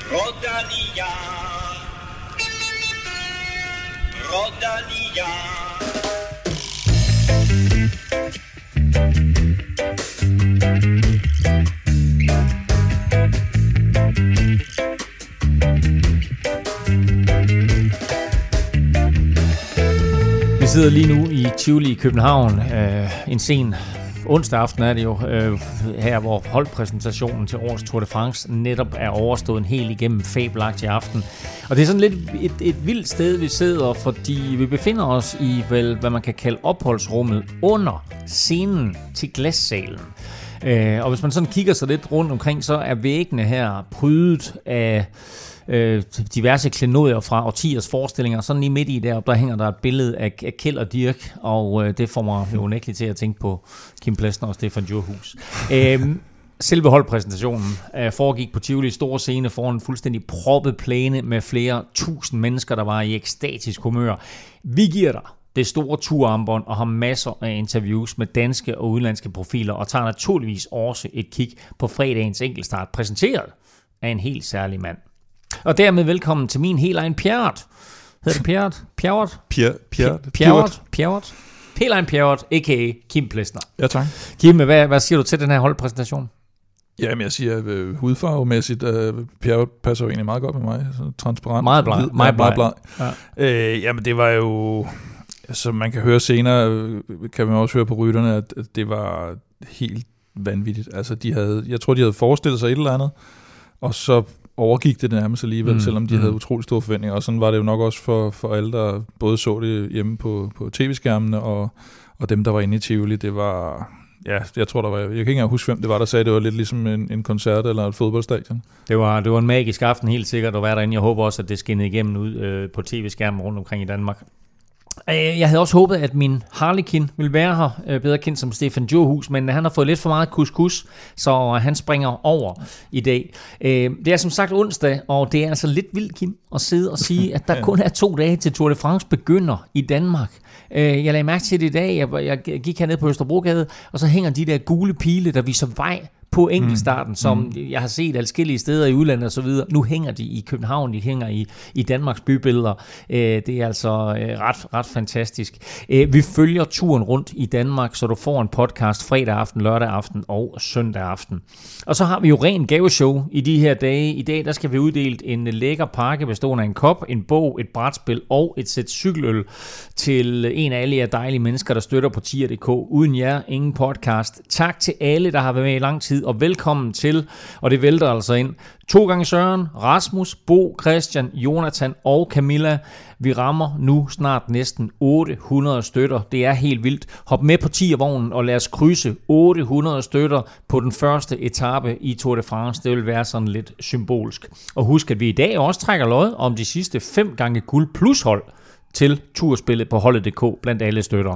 Rodalia. Rodalia. Vi sidder lige nu i Tivoli i København. En sen onsdag aften er det jo her, hvor holdpræsentationen til årets Tour de France netop er overstået en helt igennem fabelagtig aften. Og det er sådan lidt et vildt sted, vi sidder, fordi vi befinder os i, vel, hvad man kan kalde opholdsrummet under scenen til glassalen. Og hvis man sådan kigger sig lidt rundt omkring, så er væggene her prydet af diverse klenodier fra årtiers forestillinger. Sådan lige midt i deroppe, der hænger der et billede af Kjeld og Dirch, og det får mig jo unægteligt til at tænke på Kim Plesner og Stefan Djurhus. Selve holdpræsentationen foregik på Tivoli store scene foran en fuldstændig proppet plæne med flere tusind mennesker, der var i ekstatisk humør. Vi giver dig det store turarmbånd og har masser af interviews med danske og udenlandske profiler, og tager naturligvis også et kig på fredagens enkeltstart, præsenteret af en helt særlig mand. Og dermed velkommen til min helt egen Pjerrot. Hedder det Pjerrot? Pjerrot? Helt egen Pjerrot, a.k.a. Kim Plesner. Ja, tak. Kim, hvad siger du til den her holdpræsentation? Jamen, jeg siger hudfarvemæssigt, Pjerrot passer jo egentlig meget godt med mig. Så transparent. Meget bleg. Meget bleg. Ja. Jamen, det var jo... Som man kan høre senere, kan man også høre på rytterne, at det var helt vanvittigt. Altså, jeg tror, de havde forestillet sig et eller andet, og så overgik det nærmest alligevel, selvom de havde utrolig store forventninger. Og sådan var det jo nok også for alle, der både så det hjemme på tv-skærmene, og dem, der var inde i Tivoli. Det var... Ja, jeg tror, jeg kan ikke engang huske, hvem det var, der sagde, det var lidt ligesom en koncert eller et fodboldstadion. Det var en magisk aften, helt sikkert, at være derinde. Jeg håber også, at det skinnede igennem ud på tv-skærmen rundt omkring i Danmark. Jeg havde også håbet, at min Harlekin ville være her, bedre kendt som Stefan Djurhus, men han har fået lidt for meget kuskus, så han springer over i dag. Det er som sagt onsdag, og det er altså lidt vildt, Kim, at sidde og sige, at der kun er 2 dage til Tour de France begynder i Danmark. Jeg lagde mærke til det i dag, jeg gik hernede på Østerbrogade, og så hænger de der gule pile, der viser vej på enkeltstarten, som jeg har set adskillige steder i udlandet og så videre. Nu hænger de i København, de hænger i Danmarks bybilleder. Det er altså ret fantastisk. Vi følger turen rundt i Danmark, så du får en podcast fredag aften, lørdag aften og søndag aften. Og så har vi jo ren gaveshow i de her dage. I dag der skal vi uddele en lækker pakke bestående af en kop, en bog, et brætspil og et sæt cykeløl til en af alle jer dejlige mennesker, der støtter på tier.dk. Uden jer, ingen podcast. Tak til alle, der har været med i lang tid, og velkommen til, og det vælter altså ind, 2 gange Søren, Rasmus, Bo, Christian, Jonathan og Camilla. Vi rammer nu snart næsten 800 støtter. Det er helt vildt. Hop med på tiervognen og lad os krydse 800 støtter på den første etape i Tour de France. Det vil være sådan lidt symbolsk. Og husk, at vi i dag også trækker lod om de sidste 5 gange guld plus hold til turspillet på holdet.dk blandt alle støtter.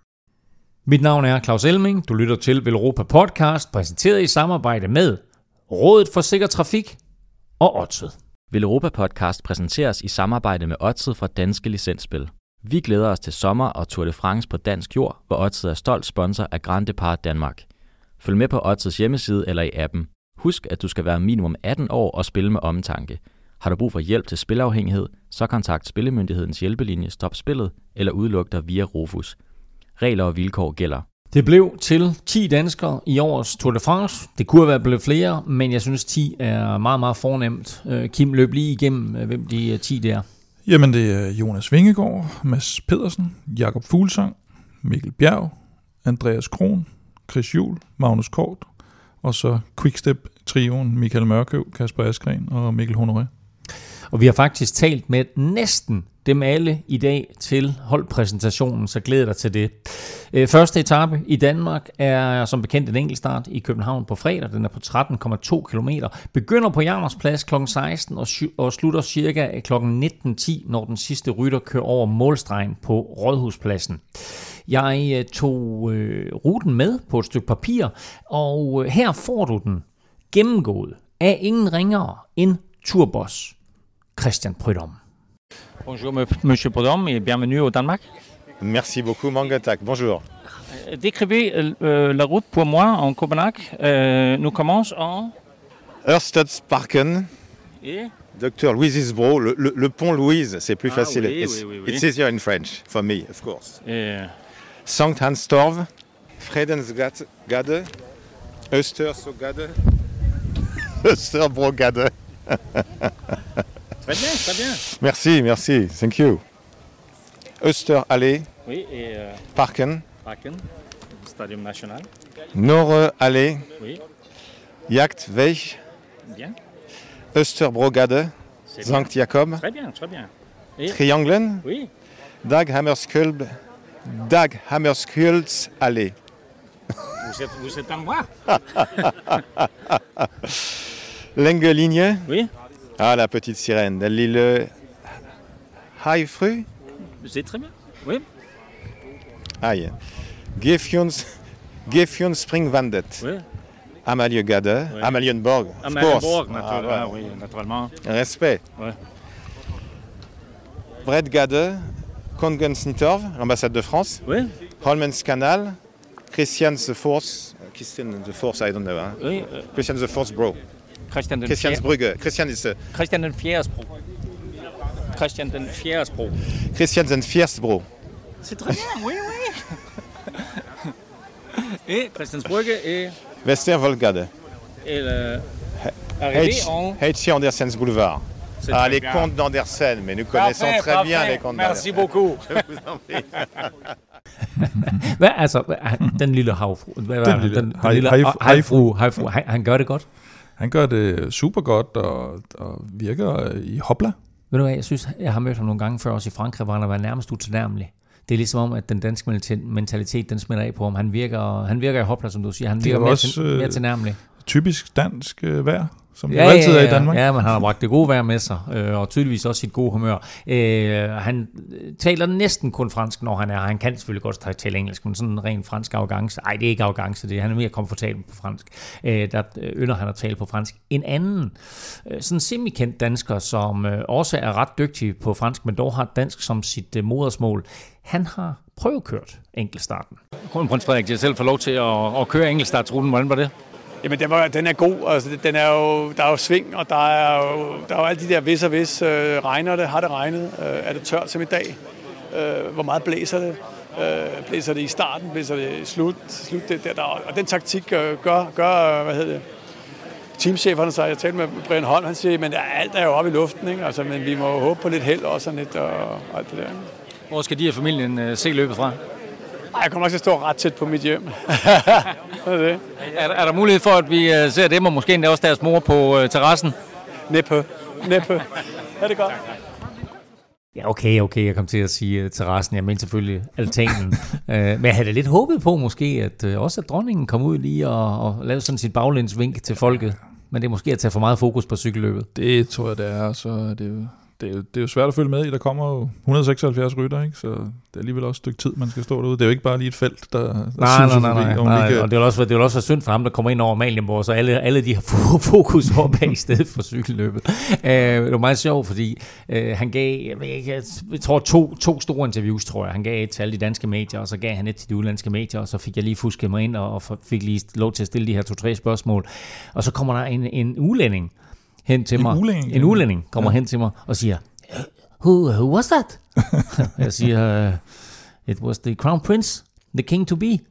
Mit navn er Claus Elming. Du lytter til Velropa Podcast, præsenteret i samarbejde med Rådet for Sikker Trafik og Odset. Velropa Podcast præsenteres i samarbejde med Odset fra Danske Licensspil. Vi glæder os til sommer og Tour de France på dansk jord, hvor Odset er stolt sponsor af Grand Depart Danmark. Følg med på Odsets hjemmeside eller i appen. Husk, at du skal være minimum 18 år og spille med omtanke. Har du brug for hjælp til spilafhængighed, så kontakt Spillemyndighedens hjælpelinje Stop Spillet eller udluk dig via Rofus. Regler og vilkår gælder. Det blev til 10 danskere i årets Tour de France. Det kunne have været blevet flere, men jeg synes 10 er meget, meget fornemt. Kim, løb lige igennem, hvem de 10 der. Jamen, det er Jonas Vingegaard, Mads Pedersen, Jakob Fuglsang, Mikkel Bjerg, Andreas Kron, Chris Juhl, Magnus Kort, og så Quickstep-trioen Michael Mørkøv, Kasper Askren og Mikkel Honoré. Og vi har faktisk talt med næsten dem alle i dag til holdpræsentationen, så glæder dig til det. Første etape i Danmark er som bekendt en enkeltstart i København på fredag. Den er på 13,2 km. Begynder på Jarmersplads kl. 16 og slutter cirka kl. 19.10, når den sidste rytter kører over målstregen på Rådhuspladsen. Jeg tog ruten med på et stykke papir, og her får du den gennemgået af ingen ringere end turboss Christian Prudhomme. Bonjour Monsieur Prudhomme et bienvenue au Danemark. Merci beaucoup, mange tak. Bonjour. Décrivez la route pour moi en Copenhague. Nous commençons en Ørstedsparken. Et Dr. Louise's Bro, le pont Louise, c'est plus facile. Oui. It's easier in French, for me, of course. Sankt Hans Torv, Fredensgade, Östersogade, Österbrogade. Très bien. Merci, thank you. Österallee, Oui, et Parken, Stadium National. Norre-Allee, Oui, Jagdweg, bien. Österbrogade, C'est bien. Sankt Jakob, Très bien. Et Trianglen, oui, Dag-Hammarskjöldsallee. vous êtes à moi. Länge-Linie, Oui, la petite sirène, l'île Haifru, c'est très bien. Oui, Aïe. Gefjons Springvandet, oui. Amaliegade, Oui. Amalienborg, of Amalienborg, course. naturellement. Oui, naturellement. Respect. Ouais. Bredgade, Kongensnitorv, l'ambassade de France, Oui, Holmens Canal, Christian the Force, I don't know. oui. Christian the Force, bro. Christiansbrugge. Christian den Fjersbro. Christian den Fjersbro. Christian den Fjersbro. C'est très bien, oui. Et Christiansbrugge et Westervolgade. arrivé en... H.C. Andersens Boulevard. C'est Ah, très les bien. contes d'Andersen, mais nous connaissons très bien les contes Merci d'Andersen. beaucoup. Je vous en prie. Hvad, altså, den lille havfru, Den lille havfru. havfru, han gør det godt. Han gør det super godt og virker i hopla. Ved du hvad, jeg synes, jeg har mødt ham nogle gange før, også i Frankrig, hvor han har været nærmest utilnærmelig. Det er ligesom om, at den danske mentalitet, den smitter af på ham. Han virker i hopla, som du siger. Han virker mere tilnærmelig. Typisk dansk vejr, som det altid er i Danmark. Ja, men han har bragt det gode vejr med sig, og tydeligvis også sit gode humør. Han taler næsten kun fransk, når han er. Han kan selvfølgelig godt tale engelsk, men sådan en ren fransk arrogance. Ej, det er ikke arrogance, han er mere komfortabel på fransk. Der ynder han at tale på fransk. En anden, sådan semi-kendt dansker, som også er ret dygtig på fransk, men dog har dansk som sit modersmål, han har prøvekørt enkeltstarten. Kronprins Frederik, jeg selv får lov til at køre enkeltstartsruten. Hvordan var det? Jamen, den er god. Altså, der er jo sving, og der er jo alle de der hvis. Regner det? Har det regnet? Er det tørt som i dag? Hvor meget blæser det? Blæser det i starten? Blæser det i slut det der? Og den taktik gør hvad hedder det? Teamcheferne sig. Jeg talte med Brian Holm, han siger, men alt er jo oppe i luften, ikke? Altså, men vi må håbe på lidt held også og lidt og alt det der. Hvor skal de her familien se løbet fra? Jeg kommer nok til at stå ret tæt på mit hjem. Det. Er der mulighed for, at vi ser dem, og måske endda også deres mor på terrassen? Næppe. Er det godt? Ja, okay, jeg kom til at sige terrassen. Jeg mente selvfølgelig altanen. Men jeg havde lidt håbet på måske, at også at dronningen kom ud lige og lavede sådan sit baglænsvink til folket. Men det er måske at tage for meget fokus på cykelløbet. Det tror jeg, det er. Så det er jo svært at følge med i. Der kommer jo 176 rytter, ikke? Så det er alligevel også et stykke tid, man skal stå derude. Det er jo ikke bare lige et felt, der Nej. Og det vil også være synd for ham, der kommer ind over Amalienborg, så alle de har fokus over bag i stedet for cykelløbet. Det var meget sjovt, fordi han gav, jeg tror to store interviews, tror jeg. Han gav et til alle de danske medier, og så gav han et til de udenlandske medier, og så fik jeg lige fusket mig ind og fik lige lov til at stille de her 2-3 spørgsmål. Og så kommer der en udlænding hen til mig. En udlænding kommer hen til mig og siger, Who was that? Jeg siger, it was the crown prince, the king to be.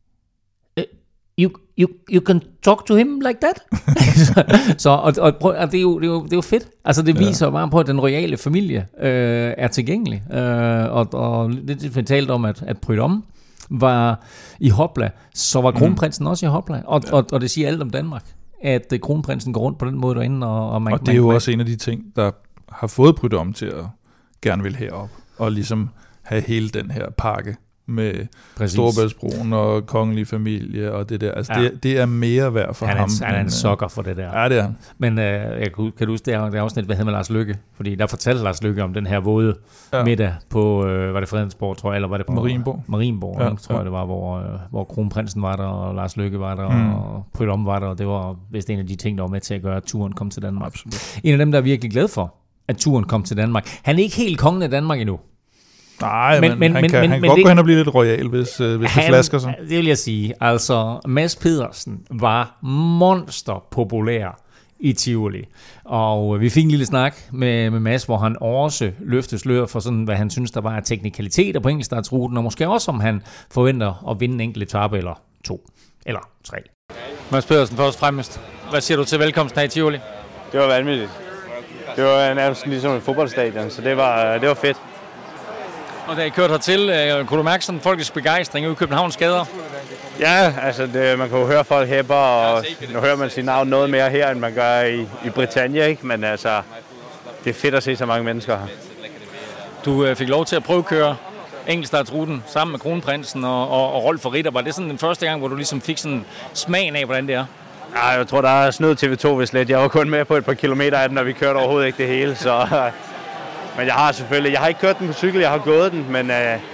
You can talk to him like that? Og det er jo fedt. Altså det viser bare på, at den royale familie er tilgængelig. Og det vi talte om, at Prudhomme var i hopla, så var kronprinsen også i hopla. Og det siger alt om Danmark, at kronprinsen går rundt på den måde derinde. Og det er jo også en af de ting, der har fået Prudhomme til at gerne vil herop, og ligesom have hele den her pakke med Storebæltsbroen og kongelig familie og det der. Altså det er mere værd for ham. Han er en sokker for det der. Ja, det er han. Men kan du huske, det er afsnit, hvad hedder med Lars Løkke? Fordi der fortalte Lars Løkke om den her våde middag på, var det Fredensborg, tror jeg, eller var det på Marienborg, tror jeg det var, hvor kronprinsen var der, og Lars Løkke var der, og Prudhomme var der, og det var vist en af de ting, der var med til at gøre, at turen kom til Danmark. Absolut. En af dem, der er virkelig glad for, at turen kom til Danmark. Han er ikke helt kongen af Danmark endnu. Nej, men han kan godt gå hen og blive lidt royal, hvis det flasker sig. Det vil jeg sige. Altså, Mads Pedersen var monsterpopulær i Tivoli. Og vi fik en lille snak med Mads, hvor han også løftede slør for sådan, hvad han synes, der var af teknikaliteter på enkeltstartsruten, og måske også, om han forventer at vinde en enkelt etape, eller 2, eller 3. Mads Pedersen, først og fremmest. Hvad siger du til velkomsten her i Tivoli? Det var vanvittigt. Det var nærmest ligesom et fodboldstadion, så det var fedt. Og da I kørte hertil, kunne du mærke sådan folkets begejstring ude i Københavns gader? Ja, altså man kan jo høre folk hæpper, og nu hører man sit navn noget mere her, end man gør i Britannia, ikke? Men altså, det er fedt at se så mange mennesker her. Du fik lov til at prøvekøre enkeltstartsruten sammen med Kronprinsen og Rolf og Ritter. Var det sådan den første gang, hvor du ligesom fik sådan smagen af, hvordan det er? Ja, jeg tror, der er snød TV2 hvis lidt. Jeg var kun med på et par kilometer af den, og vi kørte overhovedet ikke det hele, så... Men jeg har ikke kørt den på cykel, jeg har gået den, men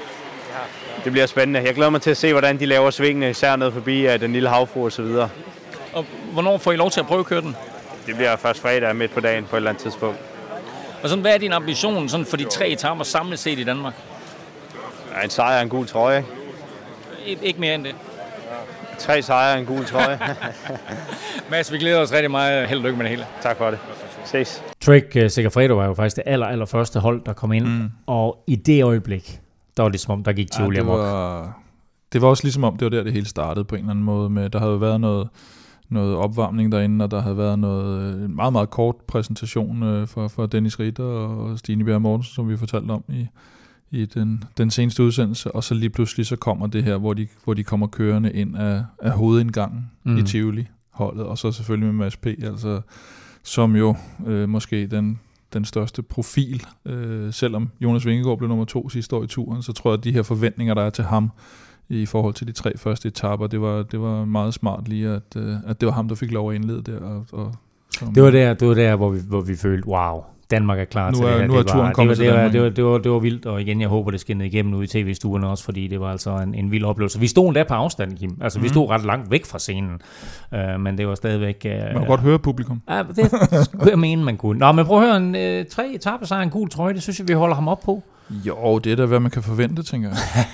det bliver spændende. Jeg glæder mig til at se, hvordan de laver svingene, især ned forbi den lille havfru og så videre. Og hvornår får I lov til at prøve at køre den? Det bliver først fredag midt på dagen på et eller andet tidspunkt. Og sådan, hvad er din ambition sådan for de 3 etaper samlet set i Danmark? Ja, en sejr og en gul trøje. Ikke mere end det? 3 sejre og en gul trøje. Mads, vi glæder os rigtig meget. Held og lykke med det hele. Tak for det. Ses. Trek Segafredo var jo faktisk det allerførste hold, der kom ind, og i det øjeblik, der var det som om, der gik Tivoli amok. Det var også ligesom om, det var der, det hele startede på en eller anden måde. Med, der havde været noget opvarmning derinde, og der havde været en meget, meget kort præsentation for Dennis Ritter og Stine Bjerre Mortensen, som vi fortalte om i den seneste udsendelse, og så lige pludselig så kommer det her, hvor de kommer kørende ind af hovedindgangen i Tivoli-holdet, og så selvfølgelig med Mads P., altså som jo måske den største profil, selvom Jonas Vingegaard blev nummer 2 sidste år i turen, så tror jeg, at de her forventninger, der er til ham i forhold til de 3 første etaper, det var meget smart lige, at det var ham, der fik lov at indlede der. Det var der, hvor vi følte, wow, Danmark er klar til det her. Nu er turen kommet til Danmark. Det var vildt, og igen, jeg håber, det skinnede igennem ude i tv-stuerne også, fordi det var altså en vild oplevelse. Vi stod endda på afstand, Kim. Altså, vi stod ret langt væk fra scenen, men det var stadigvæk... Man kunne godt høre publikum. Ja, det skulle jeg mene, man kunne. Nå, men prøv at høre, 3 etaper, så er en gul trøje, det synes jeg, vi holder ham op på. Jo, det er da, hvad man kan forvente, tænker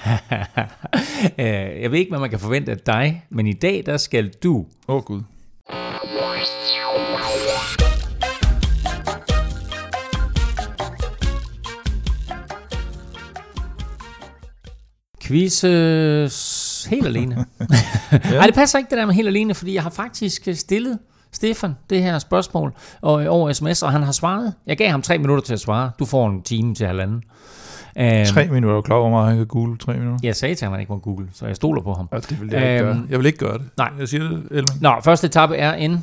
jeg. Jeg ved ikke, hvad man kan forvente af dig, men i dag, der skal du... Gud. Quiz helt alene. Nej, det passer ikke det der med helt alene, fordi jeg har faktisk stillet Stefan det her spørgsmål over sms, og han har svaret. Jeg gav ham 3 minutter til at svare. Du får en time til 1,5. 3 minutter, er du klar over mig, han kan google 3 minutter? Jeg sagde til ham, at han ikke må google, så jeg stoler på ham. Ja, det vil jeg ikke gøre. Jeg vil ikke gøre det. Nej. Jeg siger det, Elman. Nå, første etape er en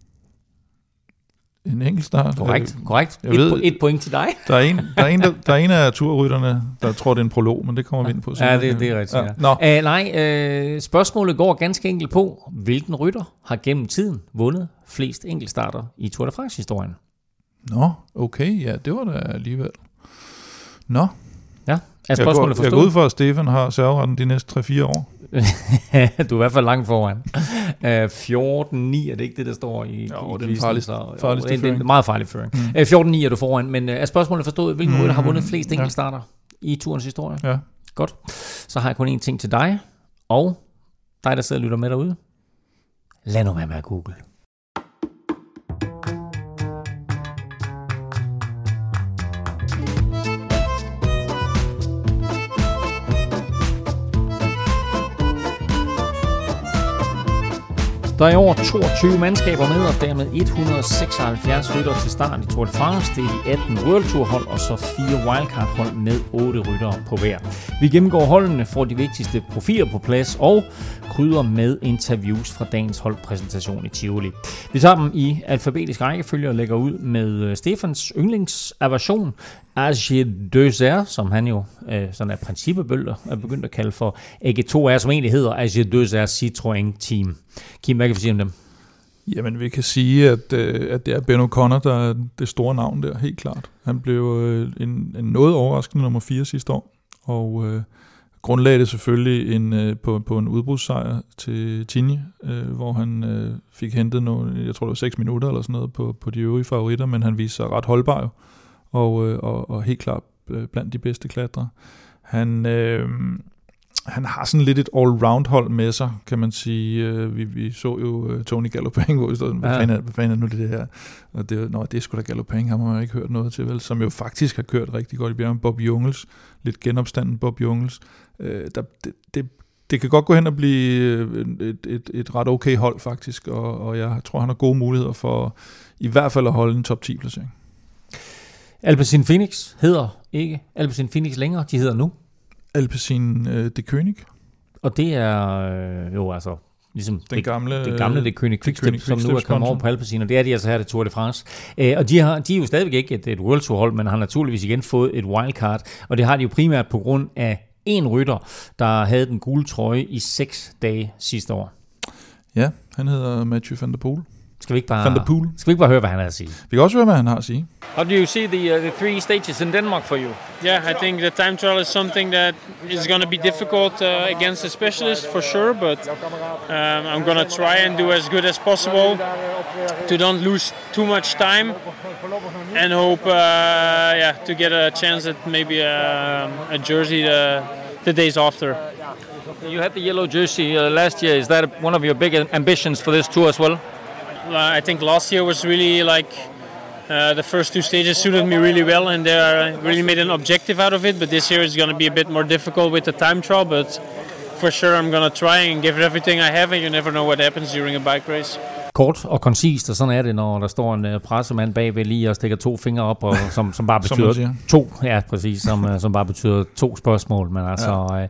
enkeltstart. Korrekt. Et point til dig. Der er en af turrytterne, der tror, det er en prolog, men det kommer vi ind på. Ja, det er rigtigt. Ja. Spørgsmålet går ganske enkelt på, hvilken rytter har gennem tiden vundet flest enkeltstarter i Tour de France-historien? Nå, okay, ja, det var da alligevel. Nå. Ja, er spørgsmålet forstået? Jeg går ud for, at Stefan har serveretten de næste 3-4 år. Du er i hvert fald langt foran. 14-9, er det ikke det, der står i den farligste føring. Det er en meget farlig føring. 14-9 er du foran, men er spørgsmålet forstået, hvilken rytter har vundet flest enkeltstarter i turens historie? Ja. Godt. Så har jeg kun én ting til dig, og dig, der sidder og lytter med derude. Lad nu være med at google. Der er over 22 mandskaber med, og dermed 176 ryttere til start i Tour de France. Det er de 18 World Tour hold, og så 4 wildcard hold med 8 ryttere på hver. Vi gennemgår holdene, får de vigtigste profiler på plads og krydder med interviews fra dagens holdpræsentation i Tivoli. Vi tager dem i alfabetisk rækkefølge og lægger ud med Stefans yndlingsaversion, AG2R, som han jo sådan af princippebølger er begyndt at kalde for AG2R, som egentlig hedder AG2R Citroën Team. Kim, hvad kan vi sige om dem? Jamen, vi kan sige, at det er Ben O'Connor, der er det store navn der, helt klart. Han blev en noget overraskende nummer 4 sidste år, og grundlagde det selvfølgelig på en udbrudssejr til Tignes, hvor han fik hentet nogle, jeg tror det var 6 minutter eller sådan noget på de øvrige favoritter, men han viste sig ret holdbar jo, og helt klart blandt de bedste klatrere. han har sådan lidt et all-round hold med sig, kan man sige. Vi så jo Tony Galopin, hvor vi stod, hvad fanden er nu det her? Og det er sgu da Galopin, har man ikke hørt noget til, vel? Som jo faktisk har kørt rigtig godt i bjergen. Bob Jungels, lidt genopstanden Bob Jungels. Det kan godt gå hen og blive et ret okay hold, faktisk, og jeg tror, han har gode muligheder for i hvert fald at holde en top 10-placering. Alpecin Phoenix hedder ikke Alpecin Phoenix længere, de hedder nu Alpecin de König. Og det er jo altså ligesom det gamle de König Quickstep, som nu er kommet over på Alpecin, og det er de altså her til Tour de France. Og de er jo stadigvæk ikke et World Tour hold, men har naturligvis igen fået et wildcard, og det har de jo primært på grund af en rytter, der havde den gule trøje i 6 dage sidste år. Ja, han hedder Mathieu van der Poel. Skal vi ikke bare høre, hvad han har at sige? Vi kan også høre, hvad han har at sige. How do you see the 3 stages in Denmark for you? Yeah, I think the time trial is something that is going to be difficult against a specialist for sure, but I'm going to try and do as good as possible to don't lose too much time and hope to get a chance at maybe a jersey the days after. You had the yellow jersey last year. Is that one of your big ambitions for this tour as well? I think last year was really like the first 2 stages suited me really well, and they really made an objective out of it. But this year is going to be a bit more difficult with the time trial. But for sure, I'm going to try and give it everything I have, and you never know what happens during a bike race. Kort og koncist, og sådan er det, når der står en pressemand bagved lige og stikker 2 fingre op, og som bare betyder 2. Ja, præcis, som bare betyder 2 spørgsmål. Men altså... Ja.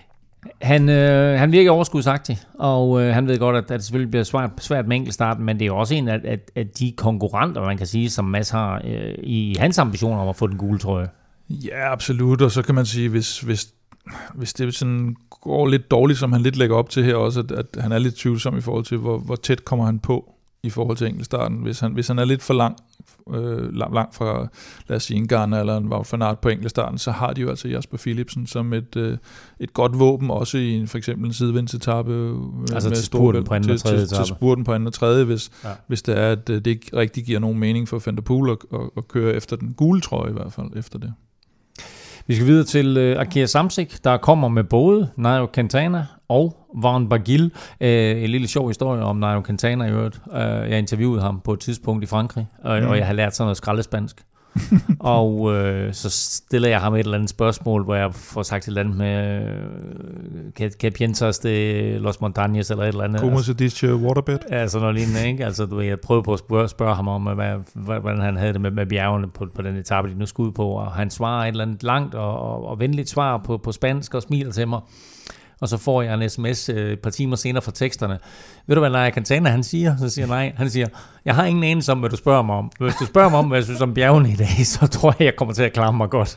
Han virker overskudsagtig, og han ved godt, at det selvfølgelig bliver svært med enkeltstarten, men det er jo også en af de konkurrenter, man kan sige, som Mads har i hans ambitioner om at få den gule trøje. Ja, absolut, og så kan man sige, hvis det sådan går lidt dårligt, som han lidt lægger op til her også, at han er lidt tvivlsom i forhold til, hvor tæt kommer han på i forhold til enkeltstarten. Hvis han er lidt for langt fra, lad os sige, en Garner eller en Wout van Aert på enkeltstarten, så har de jo altså Jasper Philipsen som et godt våben, også i for eksempel en sidevindsetappe. Altså til spurten på anden og tredje etape. Til spurten på anden og tredje, hvis det er, at det ikke rigtig giver nogen mening for Van der Poel at køre efter den gule trøje i hvert fald efter det. Vi skal videre til Arkea Samsic, der kommer med både Nairo Quintana og Warren Barguil. En lille sjov historie om Nairo Quintana i øvrigt. Jeg interviewede ham på et tidspunkt i Frankrig, og jeg har lært sådan noget skraldespansk. Og så stiller jeg ham et eller andet spørgsmål, hvor jeg får sagt et eller andet med kan piensas de los montañas eller et eller andet. Como se dice waterbed? Ja, sådan noget lignende, ikke? Altså, du ved, jeg prøvede på at spørge ham om, hvordan han havde det med bjergene på den etape, de nu skulle ud på, og han svarer et eller andet langt og venligt svar på spansk og smiler til mig. Og så får jeg en sms et par timer senere fra teksterne. Ved du, hvad Nairo Quintana han siger? Så siger nej. Han siger, jeg har ingen anelse om, hvad du spørger mig om. Hvis du spørger mig om, hvad jeg synes om bjergene i dag, så tror jeg kommer til at klare mig godt.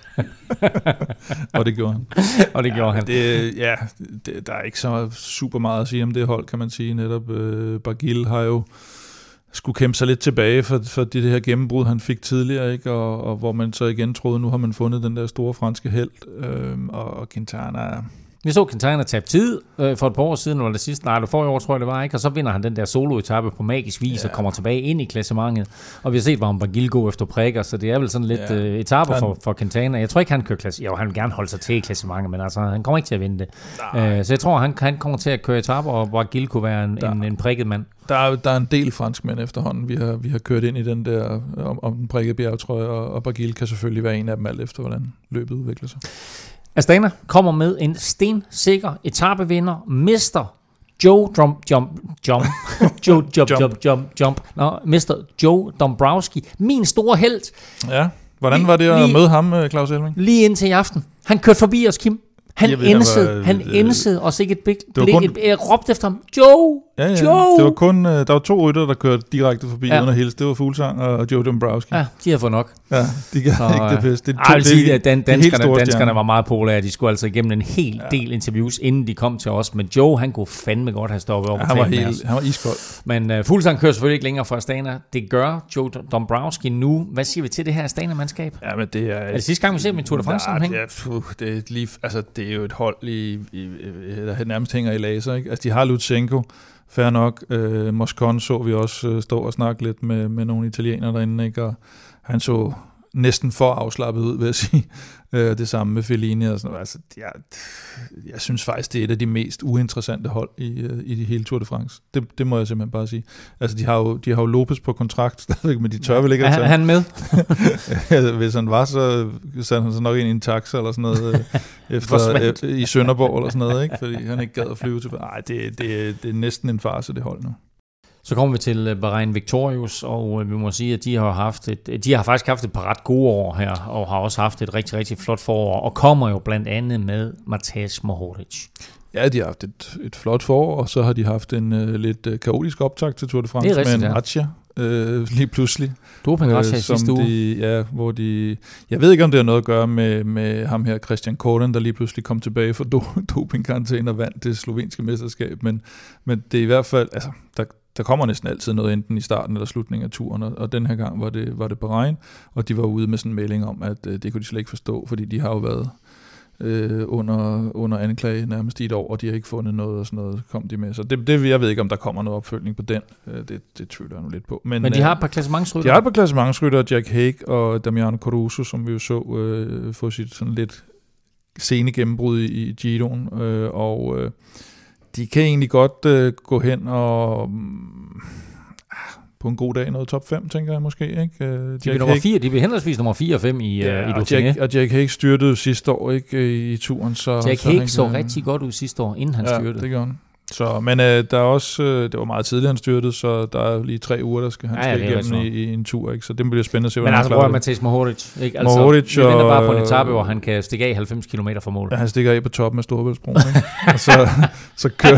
Og det gjorde han. Og det gjorde han. Der er ikke så super meget at sige om det hold, kan man sige. Netop Barguil har jo skulle kæmpe sig lidt tilbage for det her gennembrud, han fik tidligere, ikke? Og hvor man så igen troede, nu har man fundet den der store franske helt. Og Quintana... Vi så Quintana tabe tid for et par år siden, eller det sidste, det forrige år, tror jeg det var, ikke? Og så vinder han den der solo-etappe på magisk vis og kommer tilbage ind i klassementet. Og vi har set, hvor han Barguil går efter prikker, så det er vel sådan lidt etaper for Quintana. Jeg tror ikke, han kører klassementet. Jo, han vil gerne holde sig til i klassementet, men altså, han kommer ikke til at vinde det. Så jeg tror, han kommer til at køre etaper, og Barguil kunne være en prikket mand. Der er en del franskmænd efterhånden, vi har kørt ind i den der om den prikkede bjergetrøje, og Barguil kan selvfølgelig være en af dem alt efter, hvordan løbet udvikler sig. Astana kommer med en stensikker etapevinder, Mr. Joe Dombrowski, min store helt. Ja, hvordan var det at møde ham, Claus Elming? Lige indtil i aften. Han kørte forbi os, Kim. Han ensede os ikke et blik. Jeg råbte efter ham, Joe! Ja. Joe! Det var kun, der var 2 rytter, der kørte direkte forbi uden at hilse. Det var Fuglsang og Joe Dombrowski. Ja, de har fået nok. Ja, de kan ikke det bedste. Jeg vil sige, at danskerne var meget populære. De skulle altså igennem en hel del interviews, inden de kom til os. Men Joe, han kunne fandme godt have stoppet over. Han var iskold. Men Fuglsang kører selvfølgelig ikke længere fra Astana. Det gør Joe Dombrowski nu. Hvad siger vi til det her Astana-mandskab? Ja, men det er det sidste gang, vi ser dem i Tour de France-sammenhæng? Det er jo et hold, der nærmest hænger i laser, ikke? Altså, de har Lutsenko, fair nok. Moscon så vi også stå og snakke lidt med nogle italienere derinde, ikke? Og han så næsten for afslappet ud, vil jeg sige. Det samme med Fellini og sådan noget. Altså, jeg synes faktisk, det er et af de mest uinteressante hold i hele Tour de France. Det må jeg simpelthen bare sige. Altså, de har jo Lopez på kontrakt stadigvæk, men de tør vel ikke at tage. Er han med? Hvis han var, så satte han så nok ind i en taxa eller sådan noget i Sønderborg eller sådan noget, ikke? Fordi han ikke gad at flyve til. Nej, det er næsten en farce, det hold nu. Så kommer vi til Bahrain Victorious, og vi må sige, at de har faktisk haft et par ret gode år her, og har også haft et rigtig, rigtig flot forår, og kommer jo blandt andet med Matej Mohoric. Ja, de har haft et flot forår, og så har de haft en lidt kaotisk optakt til Tour de France med en Ratcha lige pludselig. Doping-Ratcha sidste uge. Hvor de... Jeg ved ikke, om det har noget at gøre med ham her, Christian Koren, der lige pludselig kom tilbage fra dopingkarantæne og vandt det slovenske mesterskab, men det er i hvert fald... Altså, der kommer næsten altid noget, enten i starten eller slutningen af turen, og den her gang var det Bahrain, og de var ude med sådan en melding om, at det kunne de slet ikke forstå, fordi de har jo været under anklage nærmest i et år, og de har ikke fundet noget, og sådan noget kom de med. Så jeg ved ikke, om der kommer noget opfølgning på den. Det tvivler jeg nu lidt på. Men de har et par klassementsrytter. De har et par klassementsrytter, Jack Haig og Damiano Caruso, som vi jo så få sit sådan lidt sene gennembrud i Giroen, og de kan egentlig godt gå hen og på en god dag noget top 5, tænker jeg måske. Ikke? De bliver nummer 4, de bliver henholdsvis nummer 4 og 5 i Dauphiné. Og Jack Haig styrtede sidste år ikke i turen. Jack Haig så rigtig godt ud sidste år, inden han styrtede. Det gjorde han. Så, men der er også, det var meget tidligt, han styrtede, så der er lige 3 uger, der skal han skal igennem i en tur. Ikke? Så det bliver spændende at se, hvordan han klarer det. Men altså, Matej Mohoric, ikke? Altså, Mohoric vi venter bare på en etape, hvor han kan stikke af 90 km fra mål. Ja, han stikker af på toppen af Storebæltsbroen. Og så kører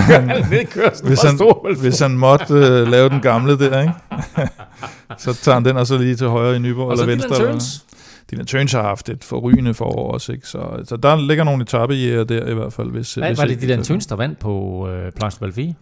han, hvis han måtte lave den gamle der, ikke? Så tager han den og så lige til højre i Nyborg eller venstre. Dylan Teuns har haft et forrygende forår også, ikke? Så der ligger nogle etapejæger der i hvert fald. Var det Dylan Teuns, der vandt på Planche de Belfi?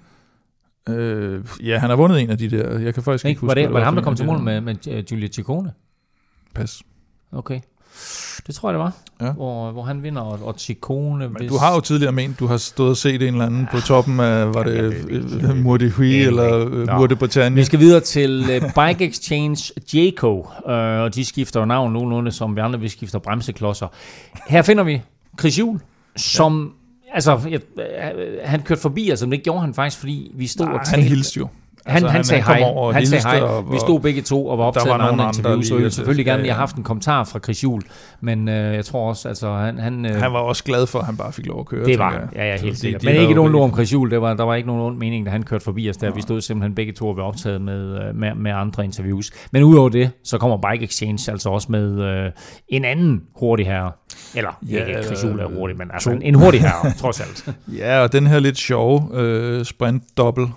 Ja, han har vundet en af de der. Jeg kan faktisk ikke huske. Var det ham, der kom til mål med Giulio Ciccone? Pas. Okay. Det tror jeg, det var. Ja. Hvor han vinder, og Ciccone... Men du har jo tidligere ment, du har stået og set en eller anden på toppen af, var det Mour de Huy eller Mour de Bretagne? Vi skal videre til Bike Exchange Jayco, og de skifter jo navn nogenlunde, som vi andre, vi skifter bremseklodser. Her finder vi Chris Juhl, som... Altså, han kørte forbi, altså, men det gjorde han faktisk, fordi vi stod og talte. Han hilste jo. Han sagde hej. Vi stod begge to og var optaget med andre interviews, så vi selvfølgelig gerne lige have haft en kommentar fra Chris Juhl, men jeg tror også, altså han var også glad for, at han bare fik lov at køre. Det var, ja, helt sikkert. Men ikke nogen ord om Chris Juhl, der var ikke nogen ond mening, da han kørte forbi os der. Vi stod simpelthen begge to og var optaget med andre interviews. Men udover det, så kommer Bike Exchange altså også med en anden hurtig herre. Eller ikke Chris Juhl er hurtig, men altså en hurtig herre, trods alt. Ja, og den her lidt sjove sprint-dobbel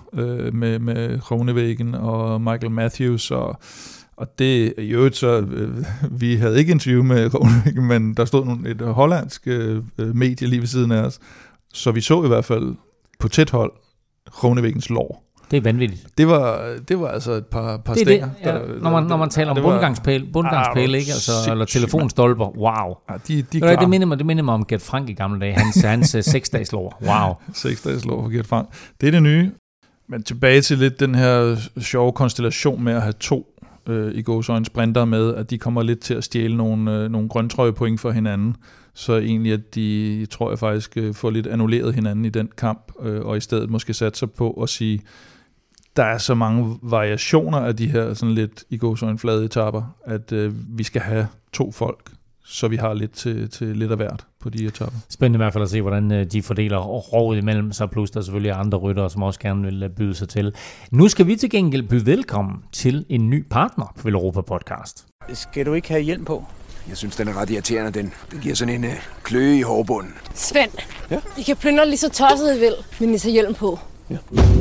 med Groenewegen og Michael Matthews, og det i øvrigt så, vi havde ikke interview med Groenewegen, men der stod et hollandsk medie lige ved siden af os, så vi så i hvert fald på tæt hold Groenewegens lår. Det er vanvittigt. Det var altså et par stænger. Ja. Når man taler om bundgangspæle, ikke? Altså, eller telefonstolper, wow. Ja, det minder mig om Gert Frank i gamle dage, hans 6-dages lår. Wow. 6-dages lår for Gert Frank. Det er det nye. Men tilbage til lidt den her sjove konstellation med at have 2 i gåseøjne sprinter med, at de kommer lidt til at stjæle nogle grøntrøjepoint for hinanden. Så egentlig, at de, tror jeg faktisk, får lidt annulleret hinanden i den kamp, og i stedet måske satser på at sige, der er så mange variationer af de her sådan lidt i gåseøjne flade etaper, at vi skal have 2 folk, så vi har lidt til lidt af hvert på de etapper. Spændende i hvert fald at se, hvordan de fordeler rovet imellem sig, plus der selvfølgelig er andre ryttere, som også gerne vil byde sig til. Nu skal vi til gengæld byde velkommen til en ny partner på Velropa Podcast. Skal du ikke have hjelm på? Jeg synes, den er ret irriterende, den. Den giver sådan en kløe i hårbunden. Svend, ja? I kan plyndre lige så tosset I vil, men I tager hjelm på. Ja.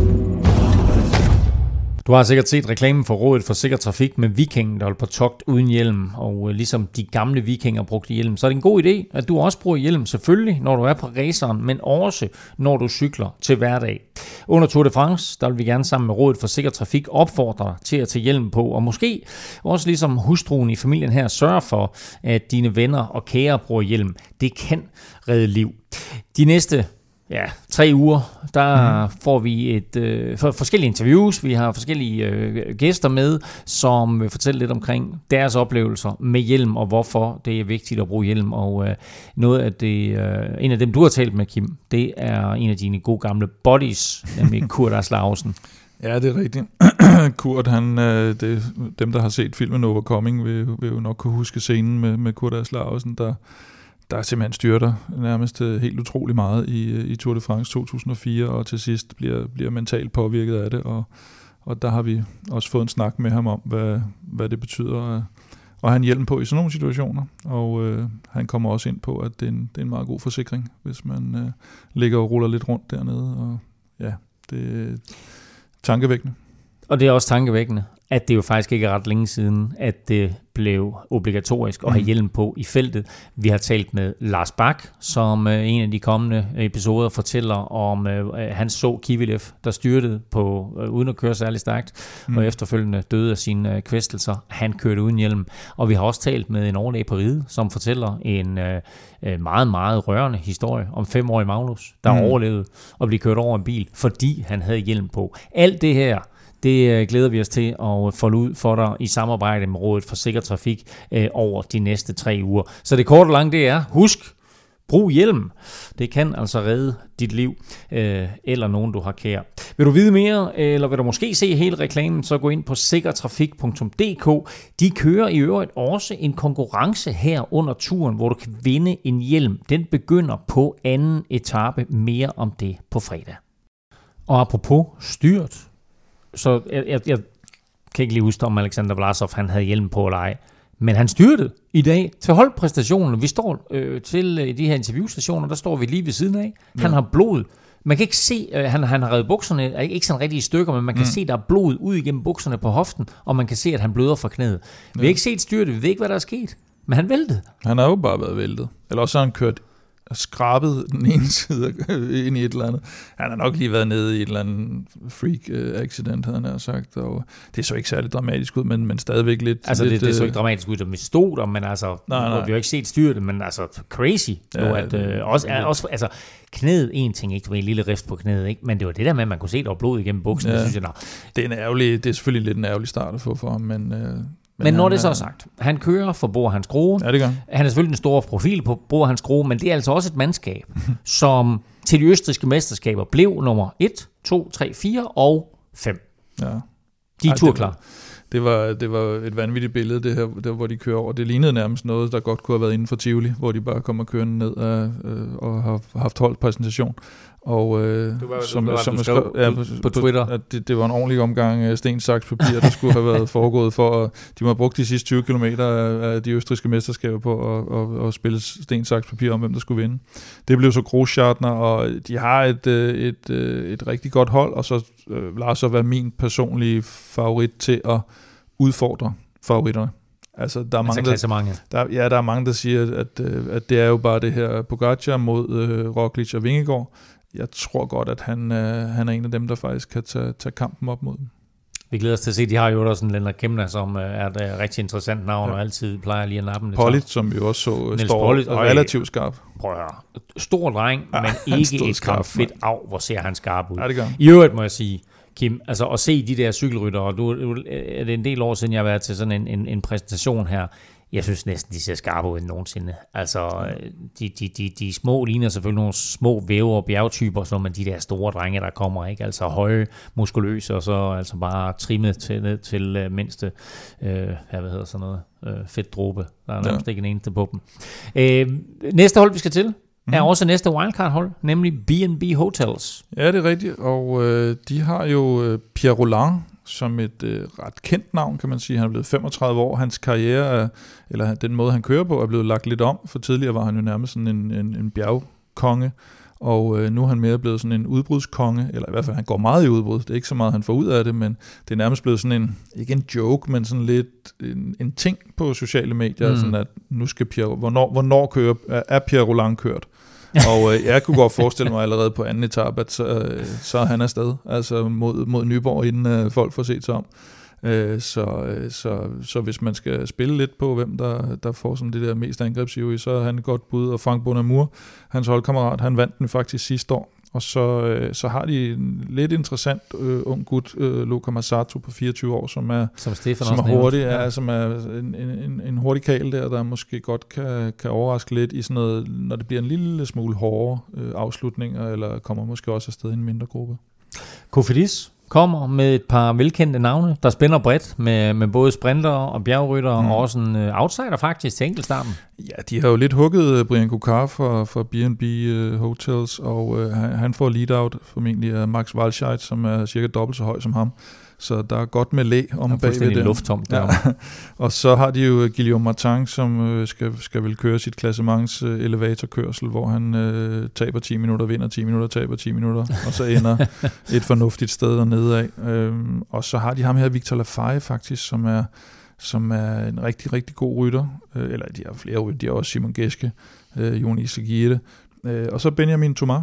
Du har sikkert set reklamen for Rådet for Sikker Trafik med vikingen, der holdt på togt uden hjelm, og ligesom de gamle vikinger brugte hjelm, så er det en god idé, at du også bruger hjelm, selvfølgelig, når du er på raceren, men også når du cykler til hverdag. Under Tour de France, der vil vi gerne sammen med Rådet for Sikker Trafik opfordre dig til at tage hjelm på, og måske også ligesom hustruen i familien her sørge for, at dine venner og kære bruger hjelm. Det kan redde liv. De næste 3 uger, der får vi forskellige interviews. Vi har forskellige gæster med, som vil fortælle lidt omkring deres oplevelser med hjelm, og hvorfor det er vigtigt at bruge hjelm. Og noget af det, en af dem, du har talt med, Kim, det er en af dine gode gamle buddies, nemlig Kurt Aslausen. Ja, det er rigtigt. Kurt, dem, der har set filmen Overcoming, vil jo nok kunne huske scenen med Kurt Aslausen, der simpelthen styrter nærmest helt utrolig meget i Tour de France 2004, og til sidst bliver mentalt påvirket af det, og der har vi også fået en snak med ham om, hvad det betyder at have en hjelm på i sådan nogle situationer, og han kommer også ind på, at det er en meget god forsikring, hvis man ligger og ruller lidt rundt dernede, og ja, det er tankevækkende. Og det er også tankevækkende, at det jo faktisk ikke er ret længe siden, at det blev obligatorisk at have hjelm på i feltet. Vi har talt med Lars Bak, som en af de kommende episoder fortæller om, han så Kivilev, der styrtede på uden at køre særlig stærkt, og efterfølgende døde af sine kvæstelser. Han kørte uden hjelm. Og vi har også talt med en overlæge på ride, som fortæller en meget, meget rørende historie om 5-årig Magnus, der overlevede at blive kørt over en bil, fordi han havde hjelm på. Alt det her, det glæder vi os til at folde ud for dig i samarbejde med Rådet for Sikker Trafik over de næste 3 uger. Så det korte og lange, det er, husk, brug hjelm. Det kan altså redde dit liv, eller nogen, du har kær. Vil du vide mere, eller vil du måske se hele reklamen, så gå ind på sikkertrafik.dk. De kører i øvrigt også en konkurrence her under turen, hvor du kan vinde en hjelm. Den begynder på 2. etape. Mere om det på fredag. Og apropos styrt, så jeg kan ikke lige huske, om Alexander Vlasov han havde hjelm på eller ej. Men han styrtede i dag til holdpræstationen. Vi står til de her interviewstationer, der står vi lige ved siden af. Han har blod. Man kan ikke se, han har revet bukserne, ikke sådan rigtig i stykker, men man kan se, der er blod ud igennem bukserne på hoften, og man kan se, at han bløder fra knæet. Vi har ikke set styrtet, vi ved ikke, hvad der er sket. Men han væltede. Han har jo bare været væltet. Eller også har han kørt skrabet den ene side ind i et eller andet. Han har nok lige været nede i et eller andet freak-accident, havde han sagt, og det så ikke særlig dramatisk ud, men stadigvæk lidt... Altså, det så ikke dramatisk ud, der stod der, men altså, nej. Vi har ikke set styrtet, men altså, crazy. Ja, også, altså, knæet, en ting, ikke? Det var en lille rift på knæet, ikke? Men det var det der med, at man kunne se, der var blod igennem buksen, det synes jeg, det er selvfølgelig lidt en ærgerlig start at få for ham, men når det så er sagt, han kører for Bora Hans Grohe. Ja, det gør. Han er selvfølgelig en stor profil på Bora Hans Grohe, men det er altså også et mandskab, som til de østrigske mesterskaber blev nummer 1, 2, 3, 4 og 5. Ja. De er turklar. Det var et vanvittigt billede, det her, der, hvor de kører over. Det lignede nærmest noget, der godt kunne have været inden for Tivoli, hvor de bare kommer kørende ned og har haft holdt præsentation. Og på Twitter, at det var en ordentlig omgang sten, saks, papir, der skulle have været foregået for, at de må have brugt de sidste 20 kilometer af de østrigske mesterskaber på at spille sten, saks, papir om, hvem der skulle vinde. Det blev så Großschartner, og de har et rigtig godt hold, og så Vlasov er min personlige favorit til at udfordre favoritterne. Altså, der er mange, der siger, at det er jo bare det her Pogačar mod Roglič og Vingegaard. Jeg tror godt, at han er en af dem, der faktisk kan tage kampen op mod dem. Vi glæder os til at se, de har jo også en Lennart Kemna, som er et rigtig interessant navn, og altid plejer lige at nappe det. Pollitt, som vi også så, står relativt skarp. Prøv at høre. Stor dreng, men ikke et kram fedt af, hvor ser han skarp ud. Ja, det gør. I øvrigt må jeg sige, Kim, altså at se de der cykelryttere, og nu er det en del år siden, jeg har været til sådan en præsentation her. Jeg synes næsten, de ser skarpe ud end nogensinde. Altså, de små ligner selvfølgelig nogle små væver og bjergtyper, så men de der store drenge, der kommer, ikke? Altså høje, muskuløse, og så altså bare trimmet ned til mindste, fedtdråbe. Der er nærmest ikke en eneste på dem. Næste hold, vi skal til, er også næste wildcard-hold, nemlig B&B Hotels. Ja, det er rigtigt, og de har jo Pierre Rolland som et ret kendt navn, kan man sige. Han er blevet 35 år. Hans karriere, eller den måde, han kører på, er blevet lagt lidt om. For tidligere var han jo nærmest sådan en bjergkonge, og nu er han mere blevet sådan en udbrudskonge, eller i hvert fald, han går meget i udbrud. Det er ikke så meget, han får ud af det, men det er nærmest blevet sådan ikke en joke, men sådan lidt en ting på sociale medier, sådan at nu skal hvornår er Pierre Rolland kørt? Og jeg kunne godt forestille mig allerede på anden etape, at så er han afsted, altså mod Nyborg, inden folk får set sig om. Så hvis man skal spille lidt på, hvem der får sådan det der mest angrebsivrige, så er han et godt bud. Og Frank Bonamour, hans holdkammerat, han vandt den faktisk sidste år. Og så har de en lidt interessant ung gut, Luka Masato på 24 år, som er hurtig, som er en hurtig kæl der måske godt kan overraske lidt i sådan noget, når det bliver en lille smule hårdere afslutninger, eller kommer måske også afsted i en mindre gruppe. Cofidis kommer med et par velkendte navne, der spænder bredt med både sprinter og bjergrytter, og også en outsider faktisk til enkeltstarten. Ja, de har jo lidt hugget Brian Kokar for B&B Hotels, og han får lead-out formentlig af Max Walscheid, som er cirka dobbelt så høj som ham. Så der er godt med læ om bagved det. Lufttomt der. Ja. Og så har de jo Guillaume Martin, som skal vel køre sit klassements elevatorkørsel, hvor han taber 10 minutter, vinder 10 minutter, taber 10 minutter, og så ender et fornuftigt sted dernede af. Og så har de ham her, Victor Lafay faktisk, som er en rigtig, rigtig god rytter. Eller de har flere rytter, de har også Simon Geske, Jon Isagire. Og så Benjamin Thomas,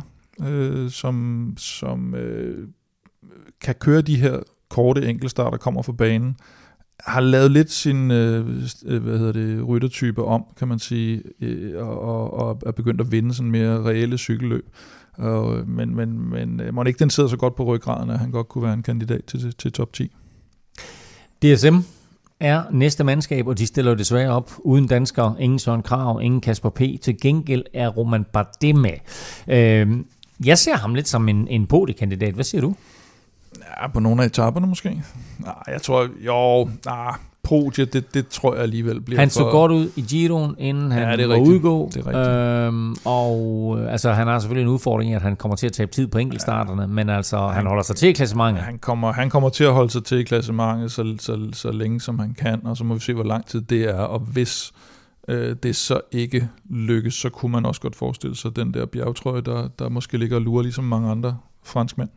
som kan køre de her korte enkeltstarter, der kommer fra banen, har lavet lidt sin ryttertype om, kan man sige, og er begyndt at vinde sådan mere reelle cykelløb. Men må ikke den sidder så godt på ryggraden, at han godt kunne være en kandidat til top 10. DSM er næste mandskab, og de stiller jo desværre op uden danskere. Ingen Søren Kragh, ingen Kasper P. Til gengæld er Romain Bardet med. Jeg ser ham lidt som en podiekandidat. Hvad siger du? Ja, på nogle af etaperne måske. Nej, jeg tror, podie, det tror jeg alligevel bliver han så godt ud i Giroen, inden han var udgå. Det er og altså, han har selvfølgelig en udfordring, at han kommer til at tabe tid på enkeltstarterne, men altså, han holder sig til i klassementet. Han kommer til at holde sig til i klassementet så længe som han kan, og så må vi se, hvor lang tid det er, og hvis det så ikke lykkes, så kunne man også godt forestille sig den der bjergtrøje, der måske ligger og lurer ligesom mange andre franskmænd.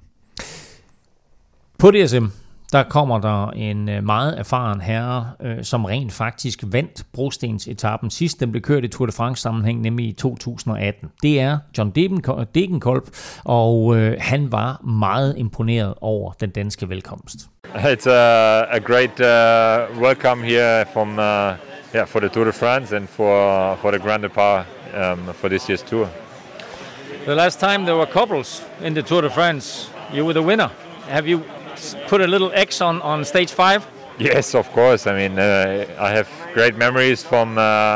På DSM, der kommer der en meget erfaren herre, som rent faktisk vandt brostensetappen sidst. Den blev kørt i Tour de France sammenhæng, nemlig i 2018. Det er John Degenkolb, og han var meget imponeret over den danske velkomst. It's a great welcome here from for the Tour de France and for the Grand Depart for this year's tour. The last time there were couples in the Tour de France, you were the winner. Have you put a little X on stage 5? Yes, of course. I mean, I have great memories from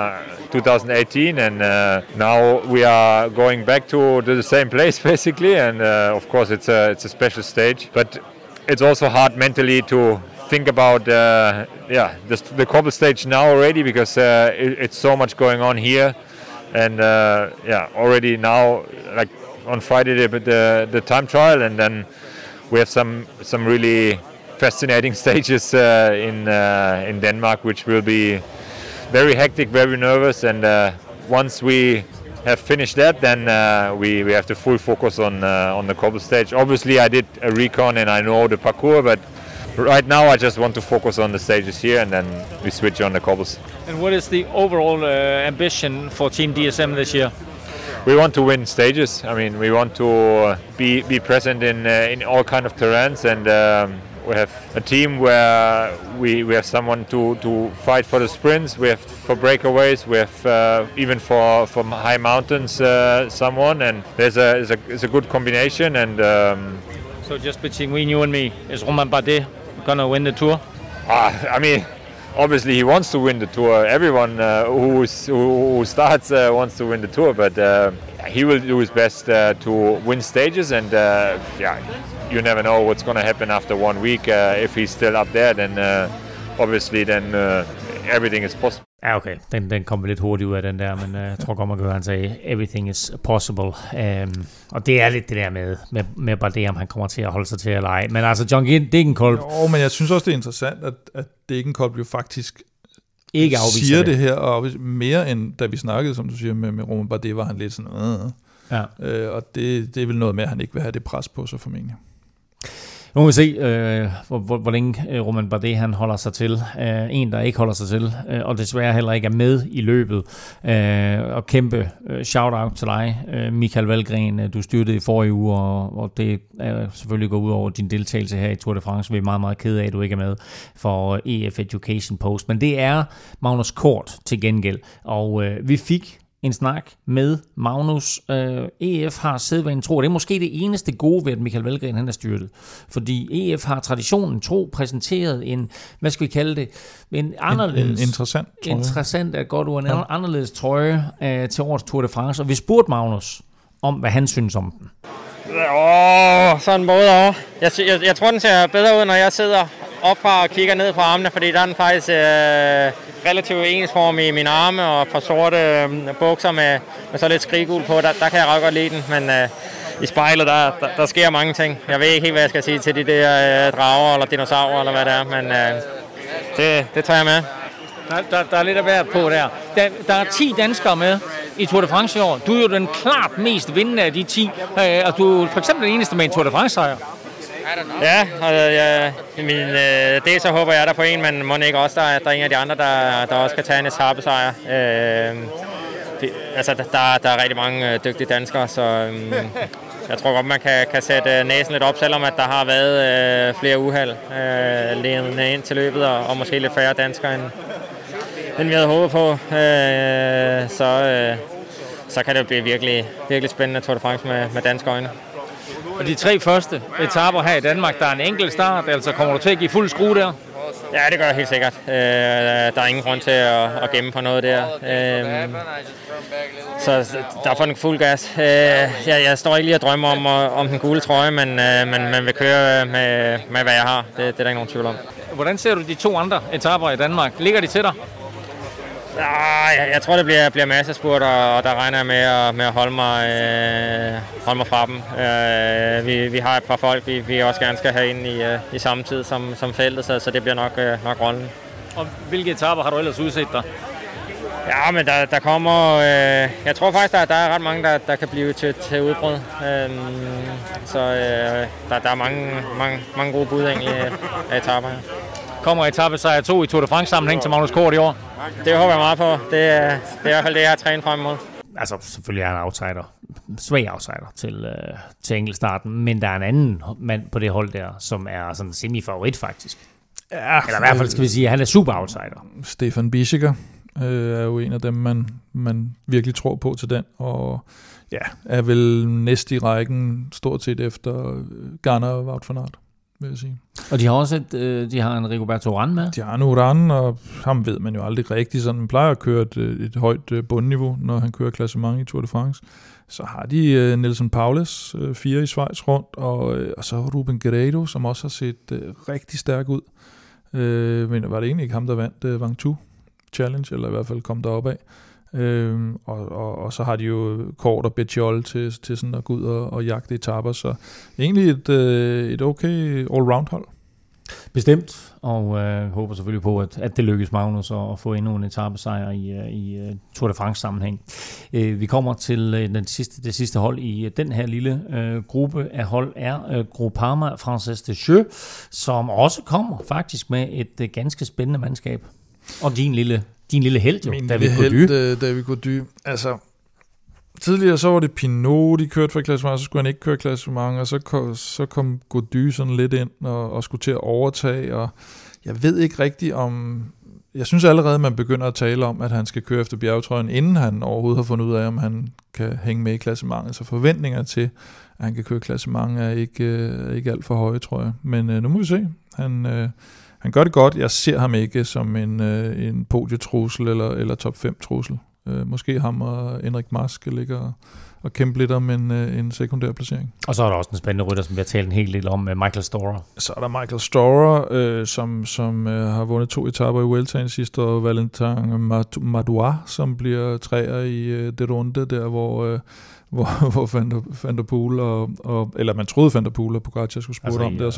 2018, and now we are going back to the same place basically. And of course, it's a special stage, but it's also hard mentally to think about the couple stage now already, because it's so much going on here, and already now, like on Friday the time trial, and then we have some really fascinating stages in Denmark, which will be very hectic, very nervous, and once we have finished that, then we have to full focus on the cobble stage. Obviously, I did a recon and I know the parcours, but right now I just want to focus on the stages here, and then we switch on the cobbles. And what is the overall ambition for Team DSM this year? We want to win stages. I mean, we want to be present in all kind of terrains, and we have a team where we have someone to fight for the sprints. We have for breakaways. We have even for high mountains someone, and there's a good combination. And so just between you and me, is Romain Bardet gonna win the Tour? I mean, obviously he wants to win the Tour. Everyone who starts wants to win the Tour, but he will do his best to win stages, and you never know what's going to happen after 1 week. If he's still up there, then obviously then everything is possible. Ja, okay. Den kom lidt hurtigt ud af den der, men jeg tror godt, man kan høre, han sagde, everything is possible. Og det er lidt det der med Bardet, om han kommer til at holde sig til at lege. Men altså, John Degenkolb... Jo, men jeg synes også, det er interessant, at Degenkolb jo faktisk ikke siger det her, og mere end da vi snakkede, som du siger, med Romain Bardet, var han lidt sådan... Ja. Og det er vel noget med, at han ikke vil have det pres på sig formentlig. Nu må vi se, hvor længe Romain Bardet han holder sig til. En, der ikke holder sig til, og desværre heller ikke er med i løbet. Og kæmpe shout-out til dig, Michael Valgren. Du styrtede i forrige uge, og det er selvfølgelig gået ud over din deltagelse her i Tour de France. Vi er meget, meget kede af, at du ikke er med for EF Education Post. Men det er Magnus Kort til gengæld. Og vi fik en snak med Magnus. EF har sædvanen tro, og det er måske det eneste gode ved, at Michael Valgren han er styrtet. Fordi EF har traditionen tro præsenteret en, hvad skal vi kalde det, en anderledes... En interessant trøje. Interessant er godt ord, en anderledes trøje til årets Tour de France. Og vi spurgte Magnus om, hvad han synes om den. Sådan både over. Jeg tror, den ser bedre ud, når jeg sidder opfra og kigger ned på armene, fordi der er den faktisk relativt ensform i mine arme og et par sorte bukser med så lidt skriggul på. Der kan jeg ret godt lide den, men i spejlet, der sker mange ting. Jeg ved ikke helt, hvad jeg skal sige til de der drager eller dinosaurer eller hvad det er, men det tager jeg med. Der er lidt at være på der. Der er 10 danskere med i Tour de France i år. Du er jo den klart mest vindende af de 10, og du er for eksempel den eneste med en Tour de France-sejr. Ja, og det så håber jeg der på en, men må ikke også, der er en af de andre, der også kan tage en etapesejr. Der er rigtig mange dygtige danskere, så jeg tror godt, man kan sætte næsen lidt op, selvom at der har været flere uheld ledende ind til løbet, og måske lidt færre danskere, end vi havde håbet på. Så kan det jo blive virkelig, virkelig spændende Tour de France med danske øjne. Og de 3 første etaper her i Danmark, der er en enkelt start, altså kommer du til at give fuld skrue der? Ja, det gør jeg helt sikkert. Der er ingen grund til at gemme på noget der. Så der får den fuld gas. Jeg står ikke lige og drømmer om den gule trøje, men man vil køre med hvad jeg har. Det er der ikke nogen tvivl om. Hvordan ser du de 2 andre etaper i Danmark? Ligger de til dig? Jeg tror, det bliver massespurt, og der regner jeg med at holde mig fra dem. Vi har et par folk, vi også gerne skal have ind i samme tid som feltet, så det bliver nok rollen. Og hvilke etaper har du ellers udset dig? Ja, men der kommer... jeg tror faktisk, der er ret mange, der kan blive til udbrud. Så der er mange gode bud egentlig af etaper her. Kommer etapesejr 2 i Tour de France sammenhæng til Magnus Kort i år? Det håber jeg meget på. Det er i hvert fald det, jeg har trænet frem imod. Altså, selvfølgelig er han outsider. Svag outsider til enkeltstarten, men der er en anden mand på det hold der, som er sådan semi-favorit faktisk. Ja, eller i hvert fald skal vi sige, at han er super outsider. Stefan Bischiger er jo en af dem, man virkelig tror på til den, og ja, er vel næst i rækken stort set efter Garner og Wout van Aert, vil jeg sige. Og de har også en Rigoberto Urán med? De har en Urán, og ham ved man jo aldrig rigtigt. Sådan, man plejer at køre et højt bundniveau, når han kører klassement i Tour de France. Så har de Nelson Paulus, 4 i Schweiz rundt, og så Ruben Guerreiro, som også har set rigtig stærk ud. Men var det egentlig ikke ham, der vandt Ventoux Challenge, eller i hvert fald kom deroppe af. Og så har de jo Kort og Betjol til sådan at gå ud og jagte etaper, så egentlig et okay all-round hold. Bestemt, og håber selvfølgelig på, at det lykkes Magnus at få endnu en etapesejr i Tour de France sammenhæng. Vi kommer til det sidste hold i den her lille gruppe af hold er Groupama Française des Jeux, som også kommer faktisk med et ganske spændende mandskab. Og din lille held jo, David Gaudu. Altså, tidligere så var det Pinot, de kørte for klassement, så skulle han ikke køre klassement, og så kom Gaudu sådan lidt ind og skulle til at overtage, og jeg ved ikke rigtigt om... Jeg synes allerede, man begynder at tale om, at han skal køre efter bjergetrøjen, inden han overhovedet har fundet ud af, om han kan hænge med i klassementet. Så forventninger til, at han kan køre klassement, er ikke alt for høje, tror jeg. Men nu må vi se. Han gør det godt. Jeg ser ham ikke som en podietrussel eller top 5 trussel. Måske ham og Enric Mas skal ligge og kæmpe lidt om en sekundær placering. Og så er der også en spændende rytter, som vi har talt en hel del om, Michael Storer. Så er der Michael Storer, som har vundet 2 etaper i Vueltaen sidste år. Valentin Madouas, som bliver træer i det runde, der hvor Van der Poel eller man troede Van der Poel og Pogacar skulle spurgte om det, og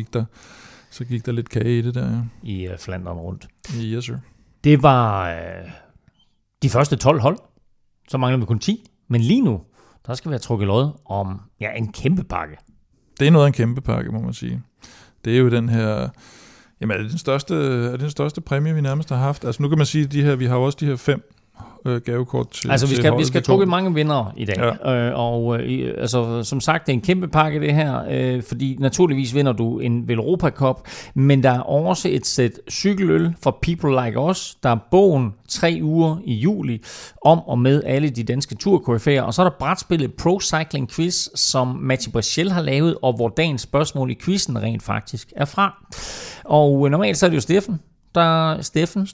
så gik der lidt kage i det der. Ja. I Flandern rundt. Yes, sir. Det var de første 12 hold. Så mangler vi kun 10. Men lige nu, der skal vi have trukket lod om en kæmpe pakke. Det er noget af en kæmpe pakke, må man sige. Det er jo den her... Jamen, er det den største præmie, vi nærmest har haft? Altså nu kan man sige, vi har jo også de her 5 gavekort til Altså, vi til skal trukke mange vindere i dag. Ja. Altså, som sagt, det er en kæmpe pakke, det her, fordi naturligvis vinder du en Velropa Cup, men der er også et sæt cykeløl for People Like Us. Der er bogen 3 uger i juli om og med alle de danske turkoryfæer, og så er der brætspillet Pro Cycling Quiz, som Mathieu Brechel har lavet, og hvor dagens spørgsmål i quizzen rent faktisk er fra. Og normalt så er det jo Steffen. Steffen.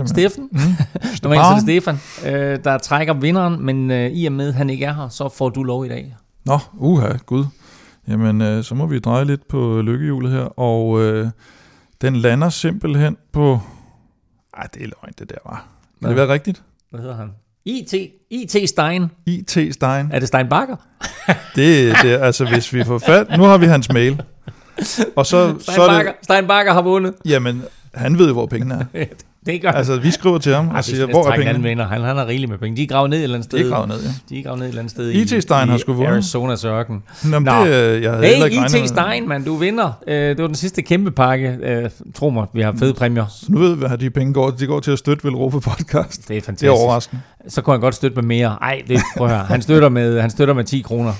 Normalt så er det Stefan, der trækker vinderen, men i og med, at han ikke er her, så får du lov i dag. Nå, gud. Jamen, så må vi dreje lidt på lykkehjulet her, og den lander simpelthen på... Ej, det er løgn, det der var. Kan det være rigtigt? Hvad hedder han? IT Stein. IT Stein. Er det Stein Bakker? det er, altså, hvis vi får fat... Nu har vi hans mail. Og så Stein Bakker har vundet. Jamen, han ved jo, hvor pengene er. Det gør han. Altså, vi skriver til ham og siger, hvor er pengene? Han har rigeligt med penge. De er gravet ned et eller andet sted. De er gravet ned, ja. De er gravet ned et eller andet sted IT Stein har sgu vundet. Arizonas ørken. Nå. Jeg havde IT Stein, mand, du vinder. Det var den sidste kæmpe pakke. Tro mig, vi har fede præmier. Så nu ved vi, at de penge går. De går til at støtte Velropa Podcast. Det er fantastisk. Det er overraskende. Så kunne han godt støtte med mere. Ej, prøv at høre. Han støtter med 10 kroner.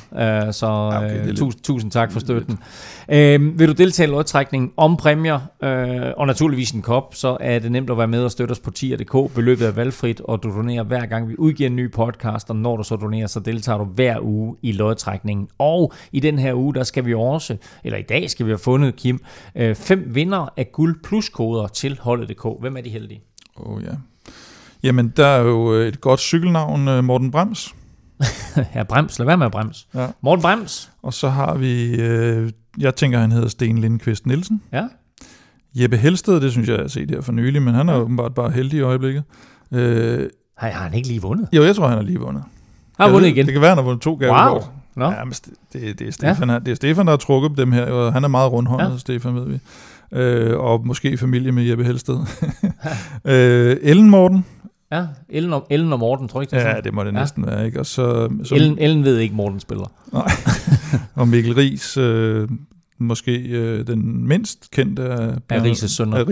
Tusind tak for støtten. Vil du deltage i lodtrækningen om præmier og naturligvis en kop, så er det nemt at være med og støtte os på tier.dk. Beløbet er valgfrit, og du donerer hver gang vi udgiver en ny podcast, og når du så donerer, så deltager du hver uge i lodtrækningen. Og i den her uge, der skal vi også, eller i dag skal vi have fundet, Kim, 5 vinder af guld plus koder til holdet.dk. Hvem er de heldige? Ja. Jamen, der er jo et godt cykelnavn, Morten Brems. Ja, Brems. Lad være med at Brems. Ja. Morten Brems. Og så har vi, jeg tænker, han hedder Sten Lindqvist Nielsen. Ja. Jeppe Helsted, det synes jeg, jeg har set her for nylig, men han er åbenbart bare heldig i øjeblikket. Har han ikke lige vundet? Jo, jeg tror, han har lige vundet. Har han vundet igen? Det kan være, han har vundet 2 gaver. Wow. No. Ja, men det er Stefan. Ja. Det er Stefan, der har trukket dem her, og han er meget rundhåndet, Stefan, ved vi. Og måske i familie med Jeppe Helsted. Ellen Morten. Ja, Ellen og Morten, tror jeg ikke det er sådan. Ja, det må det næsten være, ikke? Og så Ellen ved ikke, Morten spiller. Nej. Og Mikkel Riis, måske den mindst kendte af Rises sønner.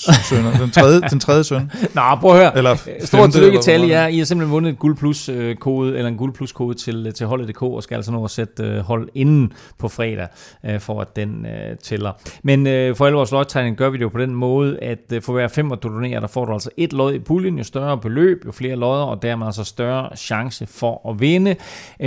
Den tredje søn. Nå, prøv at høre. Eller stort tillykke til alle jer. I har simpelthen vundet et guldplus-kode, eller en guldplus-kode til holdet.dk, og skal altså nå at sætte hold inden på fredag, for at den tæller. Men for alle vores lodtrækning gør vi det jo på den måde, at for hver 5 du donerer, der får du altså 1 lod i puljen. Jo større beløb, jo flere lodder, og dermed altså større chance for at vinde.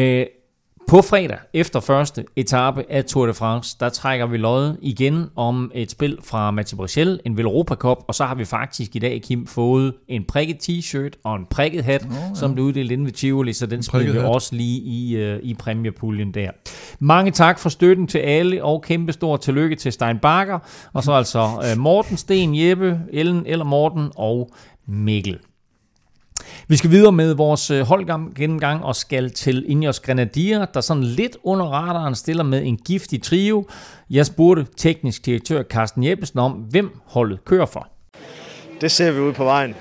På fredag, efter første etape af Tour de France, der trækker vi lod igen om et spil fra Mathieu Brechel, en Velropa Cup, og så har vi faktisk i dag, Kim, fået en prikket t-shirt og en prikket hat, som blev uddelt inden ved Tivoli, så den spiller vi også lige i præmiepuljen der. Mange tak for støtten til alle, og kæmpe stor tillykke til Stein Bakker, og så altså Morten, Sten, Jeppe, Ellen eller Morten og Mikkel. Vi skal videre med vores holdgennemgang og skal til Ineos Grenadier, der sådan lidt under radaren stiller med en giftig trio. Jeg spurgte teknisk direktør Carsten Jeppesen om, hvem holdet kører for. Det ser vi ude på vejen.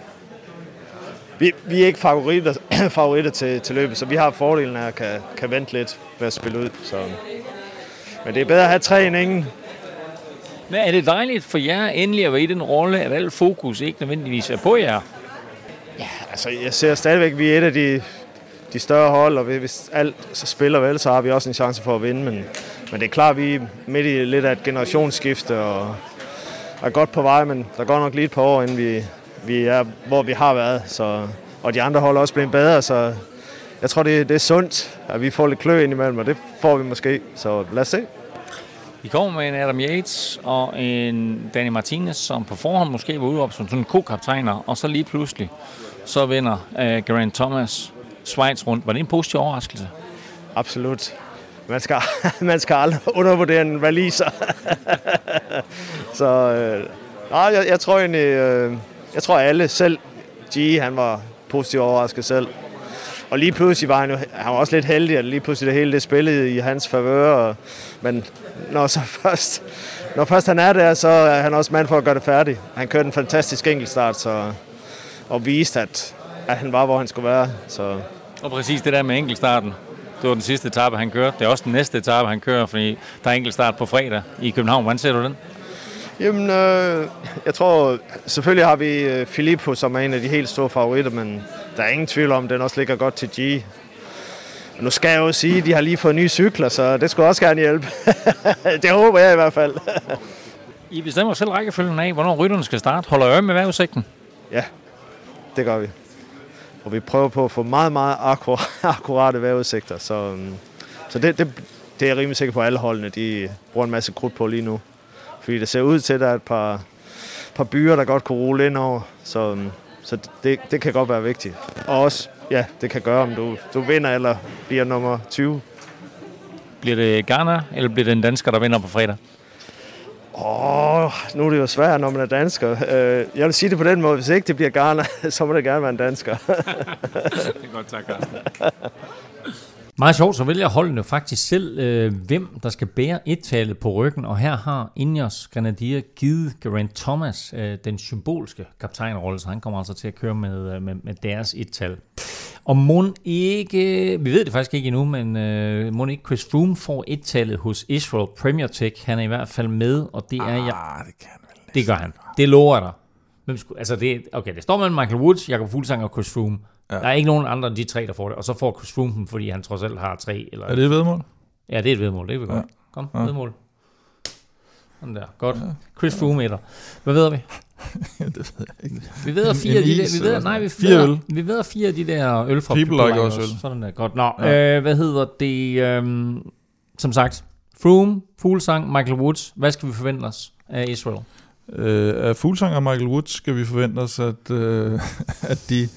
Vi er ikke favoritter til løbet, så vi har fordelen af at kan vente lidt med at spille ud. Så. Men det er bedre at have 3 end ingen. Men er det dejligt for jer endelig at være i den rolle, at alt fokus ikke nødvendigvis er på jer? Ja, altså jeg ser stadigvæk, at vi er et af de større hold, og hvis alt så spiller vel, så har vi også en chance for at vinde. Men det er klart, at vi er midt i lidt af et generationsskifte, og er godt på vej, men der går nok lige et par år, inden vi er, hvor vi har været. Så, og de andre hold er også blevet bedre, så jeg tror, det er sundt, at vi får lidt klø ind imellem, og det får vi måske. Så lad os se. Vi kommer med en Adam Yates og en Danny Martinez, som på forhånd måske var ude op som sådan en co-kaptajner, og så lige pludselig, så vinder Geraint Thomas Schweiz rundt. Var det en positiv overraskelse? Absolut. Man skal aldrig undervurdere en waliser. Så jeg tror egentlig, alle, selv G, han var positivt overrasket selv. Og lige pludselig var han var også lidt heldig, at lige pludselig det hele det spillede i hans favør. Men når først han er der, så er han også mand for at gøre det færdigt. Han kørte en fantastisk enkeltstart, og viste, at han var, hvor han skulle være. Så. Og præcis det der med enkeltstarten. Det var den sidste etape, han kørte. Det er også den næste etape, han kører, fordi der er enkeltstart på fredag i København. Hvordan ser du den? Jamen, jeg tror, selvfølgelig har vi Filippo, som er en af de helt store favoritter, men der er ingen tvivl om, at den også ligger godt til G. Nu skal jeg jo sige, at de har lige fået nye cykler, så det skulle også gerne hjælpe. Det håber jeg i hvert fald. I bestemmer selv rækkefølgen af, hvornår rytterne skal starte. Holder øje med vejrudsigten? Ja, det gør vi. Og vi prøver på at få meget, meget akkurate vejrudsigter. Så det er jeg rimelig sikker på, at alle holdene de bruger en masse krudt på lige nu. Fordi det ser ud til, at der er et par byer, der godt kunne rulle ind over. Så det kan godt være vigtigt. Og også, ja, det kan gøre, om du vinder eller bliver nummer 20. Bliver det Ghana, eller bliver det en dansker, der vinder på fredag? Nu er det jo svært, når man er dansker. Jeg vil sige det på den måde, hvis ikke det bliver Ghana, så må det gerne være en dansker. Det er godt tak, Carsten. Meget sjovt, så vælger holdene faktisk selv, hvem der skal bære et-tallet på ryggen, og her har Ineos Grenadier givet Geraint Thomas den symbolske kaptajnrolle, så han kommer altså til at køre med deres et-tal. Og mon ikke, vi ved det faktisk ikke endnu, men mon ikke Chris Froome får et-tallet hos Israel Premier Tech, han er i hvert fald med, og det er det kan han vel. Det gør han, det lover jeg dig. Det står mellem Michael Woods, Jakob Fuglsang og Chris Froome. Ja. Der er ikke nogen andre end de tre, der får det. Og så får Chris Froome den, fordi han trods alt har 3. Eller... Er det et vedmål? Ja, det er et vedmål. Det kan vi godt. Kom, vedmål. Sådan der. Godt. Ja. Chris Froome etter. Hvad ved vi? Det ved jeg ikke. Vi ved 4 af de der... Vi ved 4 af de der øl fra People Like også øl. Sådan der. Godt. Nå, hvad hedder det? Som sagt, Froome, Fuglsang, Michael Woods. Hvad skal vi forvente os af Israel? Af Fuglsang og Michael Woods skal vi forvente os, at de...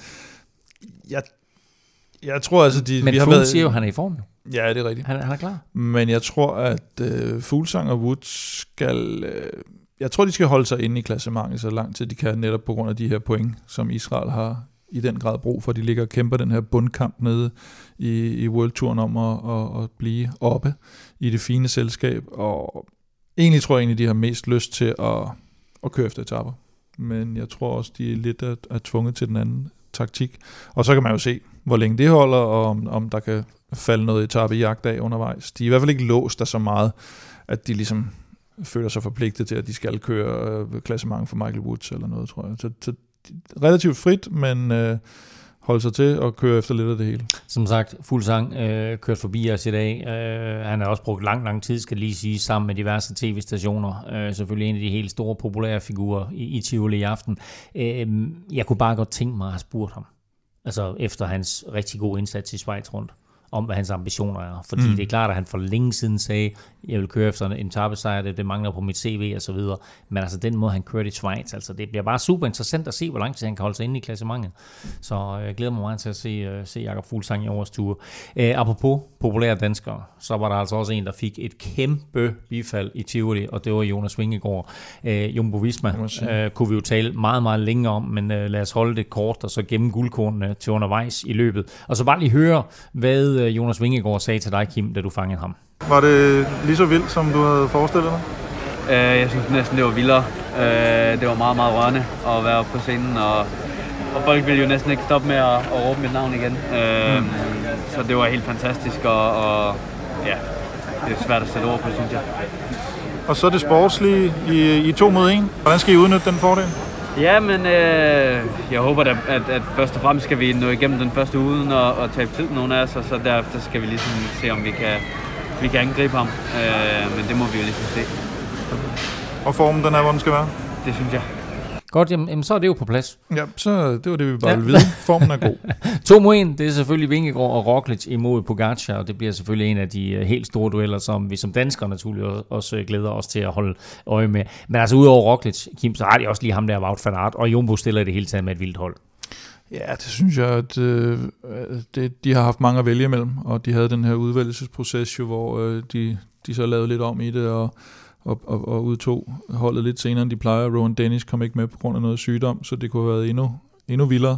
Jeg tror altså, Men Froome siger jo, at han er i form. Ja, det er rigtigt. Han er klar. Men jeg tror, at Fuglsang og Woods skal... jeg tror, de skal holde sig inde i klassementet så lang tid de kan, netop på grund af de her point, som Israel har i den grad brug for. De ligger og kæmper den her bundkamp nede i World Touren om at blive oppe i det fine selskab. Og egentlig tror jeg, de har mest lyst til at køre efter etaper. Men jeg tror også, de er lidt er tvunget til den anden taktik. Og så kan man jo se, hvor længe det holder, og om der kan falde noget etape i jagt af undervejs. De er i hvert fald ikke låst der så meget, at de ligesom føler sig forpligtet til, at de skal køre klassement for Michael Woods eller noget, tror jeg. Så relativt frit, men holde sig til at køre efter lidt af det hele. Som sagt, Fuglsang kørt forbi os i dag. Han har også brugt lang tid, skal lige sige, sammen med diverse tv-stationer. Selvfølgelig en af de helt store populære figurer i Tivoli i aften. Jeg kunne bare godt tænke mig at have spurgt ham, altså efter hans rigtig gode indsats i Schweiz rundt, om hvad hans ambitioner er. Fordi det er klart, at han for længe siden sagde, jeg vil køre efter en etapesejr, det mangler på mit CV og så videre. Men altså den måde, han kørte i Schweiz, altså det bliver bare super interessant at se, hvor lang tid han kan holde sig inde i klassementet. Så jeg glæder mig meget til at se Jakob Fuglsang i årets tur. Apropos populære danskere, så var der altså også en, der fik et kæmpe bifald i Tivoli, og det var Jonas Vingegaard. Jumbo Visma kunne vi jo tale meget, meget længe om, men lad os holde det kort, og så gemme guldkornene til undervejs i løbet. Og så bare lige høre, hvad Jonas Vingegaard sagde til dig, Kim, da du fangede ham. Var det lige så vildt, som du havde forestillet dig? Jeg synes næsten, det var vildere. Det var meget, meget rørende at være på scenen, og folk ville jo næsten ikke stoppe med at råbe mit navn igen. Så det var helt fantastisk, og ja, det er svært at sætte ord på, synes jeg. Og så det sportslige i 2 mod 1. Hvordan skal I udnytte den fordel? Ja, men jeg håber, at først og fremmest skal vi nå igennem den første uge uden at tabe tid nogen af os, og så derefter skal vi ligesom se, om vi kan angribe ham. Men det må vi jo ligesom se. Og formen, den er, hvor den skal være? Det synes jeg. Godt, jamen så er det jo på plads. Ja, så det var det, vi bare ville vide. Formen er god. 2 mod 1, det er selvfølgelig Vingegaard og Roglic imod Pogačar, og det bliver selvfølgelig en af de helt store dueller, som vi som danskere naturligvis også glæder os til at holde øje med. Men altså udover Roglic, Kim, så har de også lige ham der, Wout van Aert, og Jumbo stiller det hele taget med et vildt hold. Ja, det synes jeg, at de har haft mange at vælge imellem, og de havde den her udvælgelsesproces, jo, hvor de så lavede lidt om i det, og udtog holdet lidt senere, end de plejer. Rowan Dennis kom ikke med på grund af noget sygdom, så det kunne have været endnu vildere.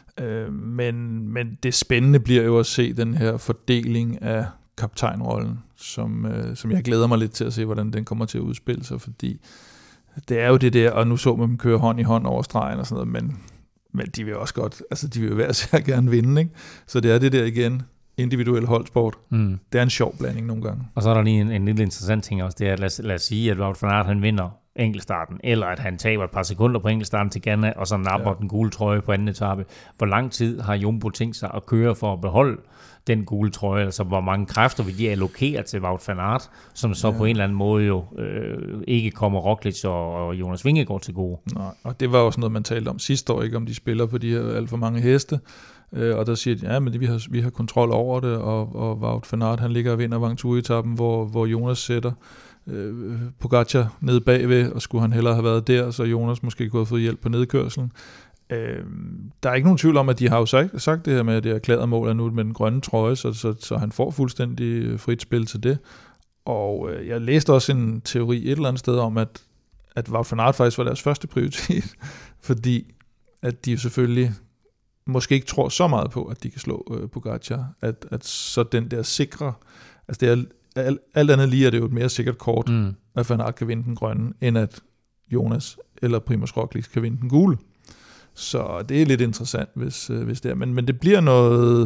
Men det spændende bliver jo at se den her fordeling af kaptajnrollen, som jeg glæder mig lidt til at se, hvordan den kommer til at udspille sig, fordi det er jo det der, og nu så man dem køre hånd i hånd over stregen og sådan noget, men de vil også godt, altså de vil jo hver især gerne vinde, ikke? Så det er det der igen, individuel holdsport. Det er en sjov blanding nogle gange. Og så er der lige en lille interessant ting også, det er, at lad os sige, at Wout van Aert han vinder enkeltstarten, eller at han taber et par sekunder på enkeltstarten til Ganna, og så napper den gule trøje på anden etape. Hvor lang tid har Jumbo tænkt sig at køre for at beholde den gule trøje? Altså, hvor mange kræfter vil de allokere til Wout van Aert, som så på en eller anden måde jo ikke kommer Roglic og Jonas Vingegaard til gode? Nej, og det var også noget, man talte om sidste år, ikke om de spiller på de her alt for mange heste. Og der siger de, ja, men vi har kontrol over det, og Wout van Aert, han ligger og vinder Ventoux-etappen, hvor Jonas sætter Pogačar nede bagved, og skulle han hellere have været der, så Jonas måske kunne have fået hjælp på nedkørselen. Der er ikke nogen tvivl om, at de har jo sagt det her med, at det er erklæret mål er nu med den grønne trøje, så han får fuldstændig frit spil til det. Og jeg læste også en teori et eller andet sted om, at Wout van Aert faktisk var deres første prioritet, fordi at de jo selvfølgelig måske ikke tror så meget på, at de kan slå Pogačar, at så den der sikre, altså det er alt andet lige, er det jo et mere sikkert kort, at Van Aert kan vinde den grønne, end at Jonas eller Primož Roglič kan vinde den gule. Så det er lidt interessant, hvis det er. Men det bliver noget,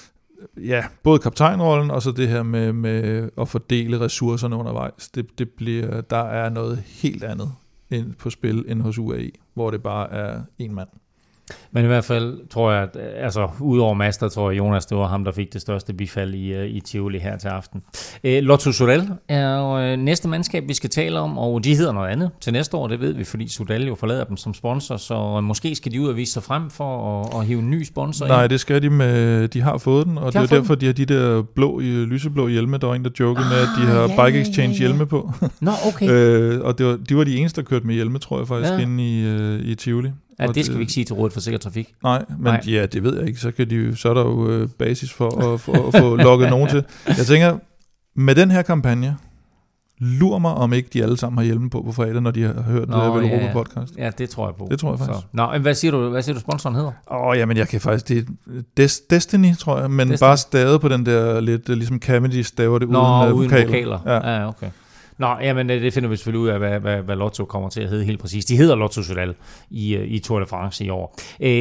ja, både kaptajnrollen og så det her med at fordele ressourcerne undervejs. Det bliver, der er noget helt andet på spil end hos UAE, hvor det bare er en mand. Men i hvert fald tror jeg, at altså, udover Master, tror jeg, Jonas, det var ham, der fik det største bifald i Tivoli her til aften. Lotto Soudal er jo næste mandskab, vi skal tale om, og de hedder noget andet til næste år, det ved vi, fordi Soudal jo forlader dem som sponsor, så måske skal de ud og vise sig frem for at hive en ny sponsor ind. Nej, det skal de med, de har fået den, og det er derfor, de har de der lyseblå hjelme, der var en, der jokede med, at de har Bike Exchange hjelme på. Nå, okay. Og de var de eneste, der kørte med hjelme, tror jeg faktisk, inde i Tivoli. Ja, det skal vi ikke sige til Rådet for Sikker Trafik. Nej, men ja, det ved jeg ikke. Så er der jo basis for at få lukket nogen til. Jeg tænker, med den her kampagne, lur mig, om ikke de alle sammen har hjelmen på fredag, når de har hørt Europa podcast. Ja, det tror jeg på. Det tror jeg faktisk. Nå, hvad siger du sponsoren hedder? Jamen, jeg kan faktisk, det er Destiny, tror jeg, men Destiny. Bare stavet på den der lidt, ligesom Cavendish staver det uden vokaler. Ja, okay. Nå, jamen det finder vi selvfølgelig ud af, hvad Lotto kommer til at hedde helt præcis. De hedder Lotto Soudal i Tour de France i år.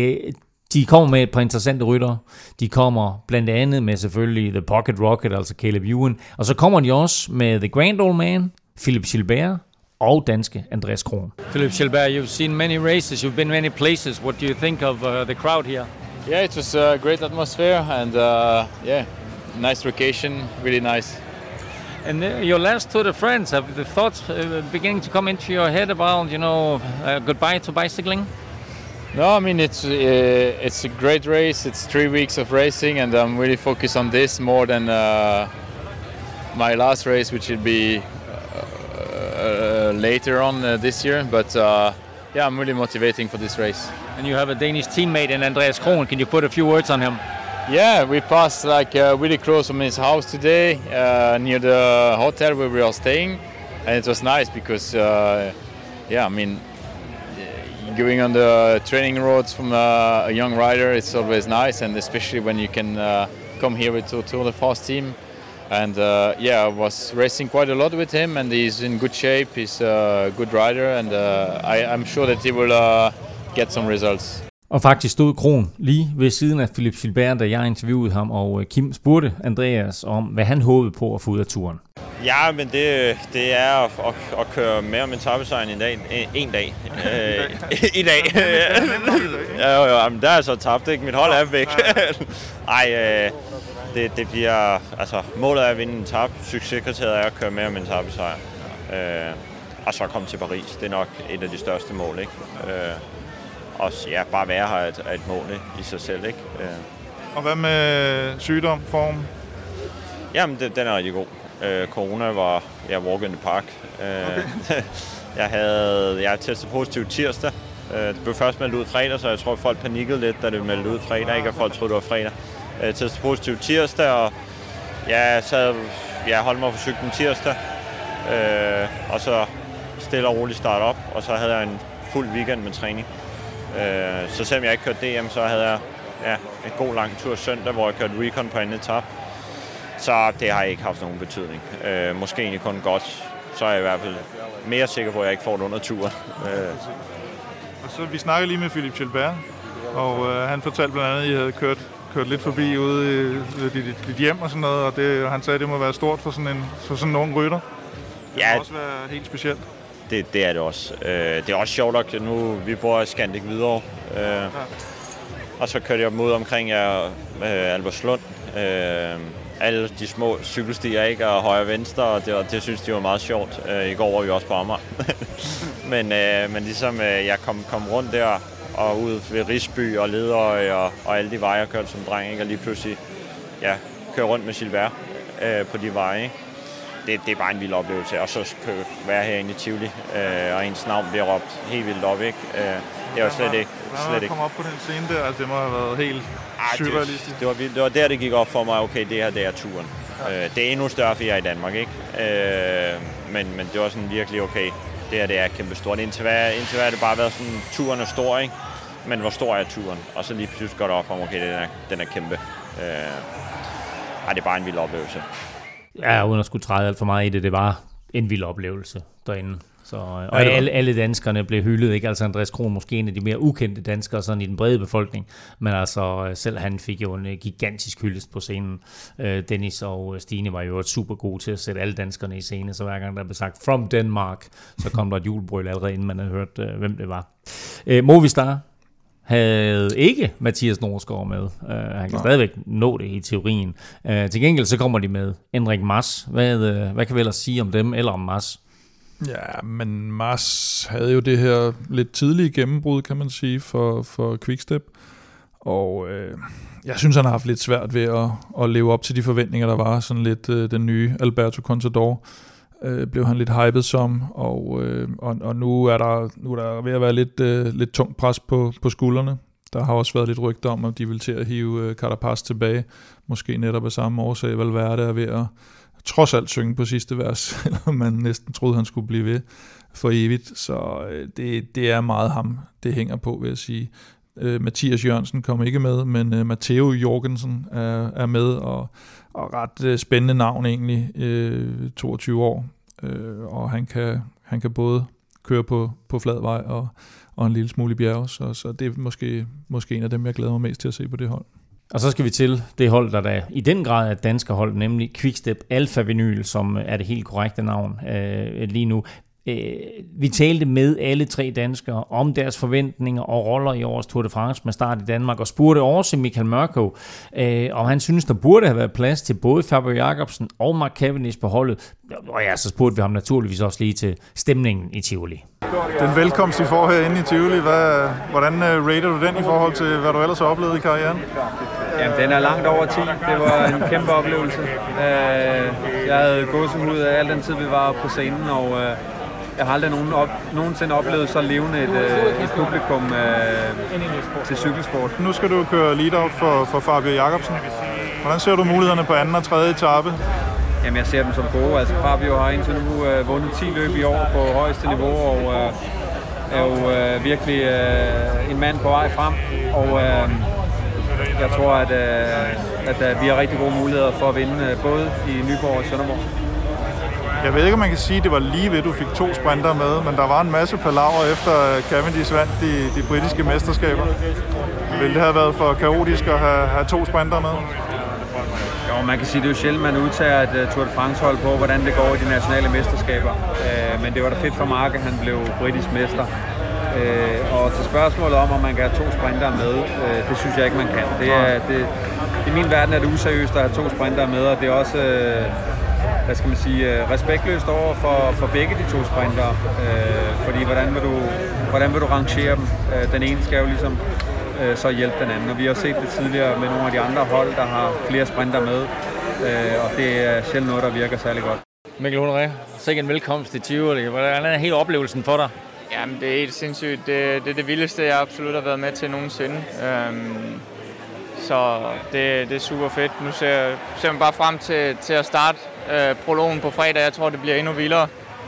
De kommer med et par interessante ryttere. De kommer blandt andet med selvfølgelig The Pocket Rocket, altså Caleb Ewan. Og så kommer de også med The Grand Old Man, Philippe Gilbert og danske Andreas Kron. Philippe Gilbert, you've seen many races, you've been many places. What do you think of the crowd here? Yeah, it was a great atmosphere and nice location, really nice. And your last Tour de France, have the thoughts beginning to come into your head about, goodbye to bicycling? No, I mean it's a great race. It's 3 weeks of racing, and I'm really focused on this more than my last race, which will be later on this year. But I'm really motivating for this race. And you have a Danish teammate in Andreas Kron. Can you put a few words on him? Yeah, we passed really close from his house today, near the hotel where we are staying, and it was nice because, going on the training roads from a young rider, it's always nice, and especially when you can come here with the Tour de France team. And I was racing quite a lot with him, and he's in good shape. He's a good rider, and I'm sure that he will get some results. Og faktisk stod Kron lige ved siden af Philippe Gilbert, da jeg interviewede ham, og Kim spurgte Andreas om, hvad han håbede på at få ud af turen. Ja, men det er at køre mere om etapesejren en dag. I dag. Ja, men der er så tabt, ikke? Mit hold er væk. Det bliver, altså målet er at vinde en etape. Succeskriteriet er at køre mere om etapesejren. Og så komme til Paris. Det er nok et af de største mål, ikke? Og bare være her er et mål i sig selv, ikke? Og hvad med sygdom, form? Jamen, den er rigtig god. Corona var walk in the park. Okay. Jeg testet positiv tirsdag. Det blev først meldt ud fredag, så jeg tror, folk panikkede lidt, da det blev meldt ud fredag, ikke? Og folk troede, det var fredag. Testet positiv tirsdag, og jeg holdt mig på cyklen tirsdag. Og så stille og roligt starte op, og så havde jeg en fuld weekend med træning. Så selvom jeg ikke kørte DM, så havde jeg en god lang tur søndag, hvor jeg kørte recon på anden etape. Så det har ikke haft nogen betydning. Måske egentlig kun godt. Så er jeg i hvert fald mere sikker på, at jeg ikke får det under turen. Og så vi snakkede lige med Philippe Gilbert, og han fortalte blandt andet, at I havde kørt lidt forbi ude i dit hjem og sådan noget, og han sagde, at det må være stort for sådan en ung rytter. Det må også være helt specielt. Det er det også. Det er også sjovt nok, nu vi bor i Scandic Hvidovre, og så kørte jeg mod omkring Albertslund. Alle de små cykelstier, ikke, og højre og venstre, og det synes de var meget sjovt. I går var vi også på Amager. men ligesom jeg kom rundt der og ud ved Risby og Ledøje og alle de veje, jeg kørte som dreng, ikke, og lige pludselig køre rundt med Gilbert på de veje. Ikke? Det er bare en vild oplevelse, og så være herinde i Tivoli, og ens navn bliver råbt helt vildt op, ikke? Det er jo slet ikke. Når jeg kom op på den scene der, altså, det må have været helt surrealistisk. Det var vildt. Det var der, det gik op for mig, okay, det her, det er turen. Det er endnu større, for jeg er i Danmark, ikke? Men det var sådan virkelig, okay, det her, det er kæmpestort. Indtil hvad er det bare været sådan, turen er stor, ikke? Men hvor stor er turen? Og så lige pludselig går det op for mig, okay, den er kæmpe. Det er bare en vild oplevelse. Ja, uden at skulle træde alt for meget i det, det var en vild oplevelse derinde. Så, og alle danskerne blev hyldet, ikke? Altså Andreas Kron måske en af de mere ukendte danskere sådan i den brede befolkning, men altså selv han fik jo en gigantisk hyldest på scenen. Dennis og Stine var jo super gode til at sætte alle danskerne i scene, så hver gang der blev sagt From Denmark, så kom der et julebrøl allerede inden man havde hørt, hvem det var. Movistar havde ikke Mathias Norsgaard med. Han kan stadigvæk nå det i teorien. Til gengæld så kommer de med Enric Mas. Hvad kan vi ellers sige om dem, eller om Mas? Ja, men Mas havde jo det her lidt tidlige gennembrud, kan man sige, for Quickstep. Og jeg synes, han har haft lidt svært ved at leve op til de forventninger, der var. Sådan lidt den nye Alberto Contador blev han lidt hyped som, og nu er der ved at være lidt tungt pres på skuldrene. Der har også været lidt rygter om, at de vil til at hive Carapaz tilbage. Måske netop af samme årsag, Valverde er ved at trods alt synge på sidste vers, selvom man næsten troede, han skulle blive ved for evigt. Så det er meget ham, det hænger på, vil jeg sige. Mathias Jørgensen kom ikke med, men Matteo Jorgensen er med, og ret spændende navn egentlig, 22 år. Og han kan både køre på flad vej og en lille smule i bjerge, så det er måske en af dem, jeg glæder mig mest til at se på det hold. Og så skal vi til det hold, der i den grad er et dansker hold, nemlig Quickstep Alpha Vinyl, som er det helt korrekte navn lige nu. Vi talte med alle 3 danskere om deres forventninger og roller i årets Tour de France med start i Danmark, og spurgte også Michael Mørkøv, om han synes, der burde have været plads til både Fabio Jacobsen og Mark Cavendish på holdet. Og ja, så spurgte vi ham naturligvis også lige til stemningen i Tivoli. Den velkomst, I får herinde i Tivoli, hvordan rater du den i forhold til, hvad du ellers har oplevet i karrieren? Jamen, den er langt over 10. Det var en kæmpe oplevelse. Jeg havde gåsehud af al den tid, vi var på scenen, og jeg har aldrig nogensinde oplevet så levende et publikum til cykelsport. Nu skal du køre lead-out for Fabio Jacobsen. Hvordan ser du mulighederne på anden og tredje etape? Jamen, jeg ser dem som gode. Altså, Fabio har indtil nu vundet 10 løb i år på højeste niveau, og er jo virkelig en mand på vej frem. Og jeg tror, at vi har rigtig gode muligheder for at vinde både i Nyborg og Sønderborg. Jeg ved ikke, om man kan sige, at det var lige ved, at du fik 2 sprinter med, men der var en masse palaver efter Cavendish vandt de britiske mesterskaber. Ville det have været for kaotisk at have 2 sprinter med? Jo, man kan sige, at det er jo sjældent, man udtager et Tour de France-hold på, hvordan det går i de nationale mesterskaber. Men det var da fedt for Mark, at han blev britisk mester. Og til spørgsmålet om man kan have 2 sprinter med, det synes jeg ikke, man kan. I min verden er det useriøst at have 2 sprinter med, og det er også respektløst over for begge de 2 sprinter. Fordi hvordan vil du rangere dem? Den ene skal jo ligesom så hjælpe den anden. Og vi har set det tidligere med nogle af de andre hold, der har flere sprinter med. Og det er sjældent noget, der virker særlig godt. Mikkel Honoré, sikke en velkomst til Tivoli. Hvordan er hele oplevelsen for dig? Jamen, det er helt sindssygt. Det er det vildeste, jeg absolut har været med til nogensinde. Så det er super fedt. Nu ser man bare frem til at starte prologen på fredag. Jeg tror, det bliver endnu vildere.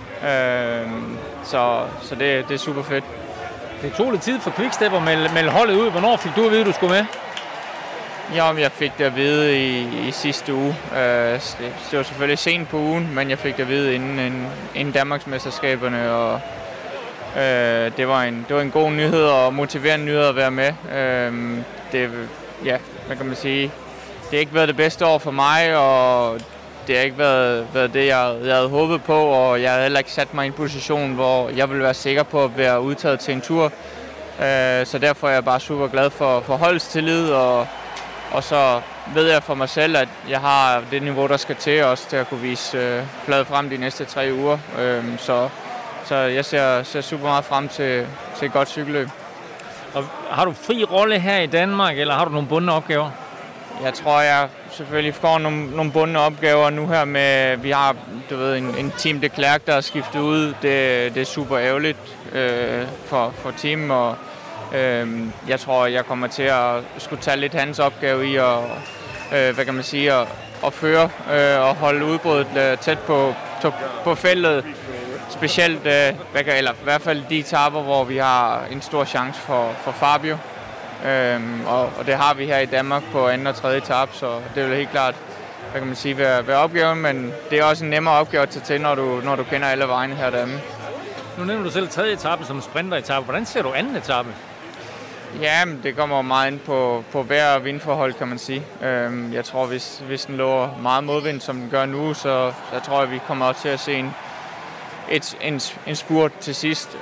Så det er super fedt. Det tog lidt tid for Quickstep at melde holdet ud. Hvornår fik du at vide, at du skulle med? Jamen, jeg fik det at vide i sidste uge. Det var selvfølgelig sent på ugen, men jeg fik det at vide inden Danmarksmesterskaberne. Og det var en god nyhed og motiverende nyhed at være med. Hvad kan man sige? Det har ikke været det bedste år for mig, og det har ikke været det, jeg havde håbet på, og jeg havde heller ikke sat mig i en position, hvor jeg ville være sikker på at være udtaget til en tur. Så derfor er jeg bare super glad for holdets tillid, og så ved jeg for mig selv, at jeg har det niveau, der skal til også til at kunne vise fladet frem de næste 3 uger. Så jeg ser super meget frem til et godt cykelløb. Og har du fri rolle her i Danmark, eller har du nogle bundne opgaver? Jeg tror, jeg selvfølgelig får nogle bundne opgaver nu her med, vi har en Team de Klerk, der er skiftet ud. Det er super ærgerligt for team, og jeg tror, jeg kommer til at skulle tage lidt hans opgave i at føre og holde udbruddet tæt på feltet. Specielt, eller i hvert fald de etaper, hvor vi har en stor chance for Fabio. Og det har vi her i Danmark på 2. og 3. etape, så det vil helt klart være opgaven, men det er også en nemmere opgave at tage til, når du kender alle vejene her derhjemme. Nu nævner du selv 3. etape som sprinteretape. Hvordan ser du 2. etape? Ja, det kommer meget ind på vejr- og vindforhold, kan man sige. Jeg tror, hvis den lå meget modvind, som den gør nu, så jeg tror, at vi kommer til at se en spurt til sidst.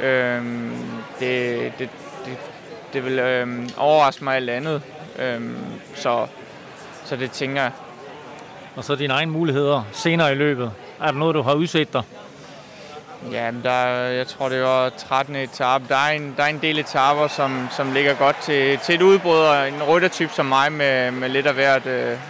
Det vil overraske mig alt andet. Så det tænker jeg. Og så dine egne muligheder senere i løbet. Er der noget, du har udset dig? Ja, jeg tror, det var 13. etape. Der er en del etaper, som ligger godt til et udbrud, og en ryttertype som mig med lidt af hvert,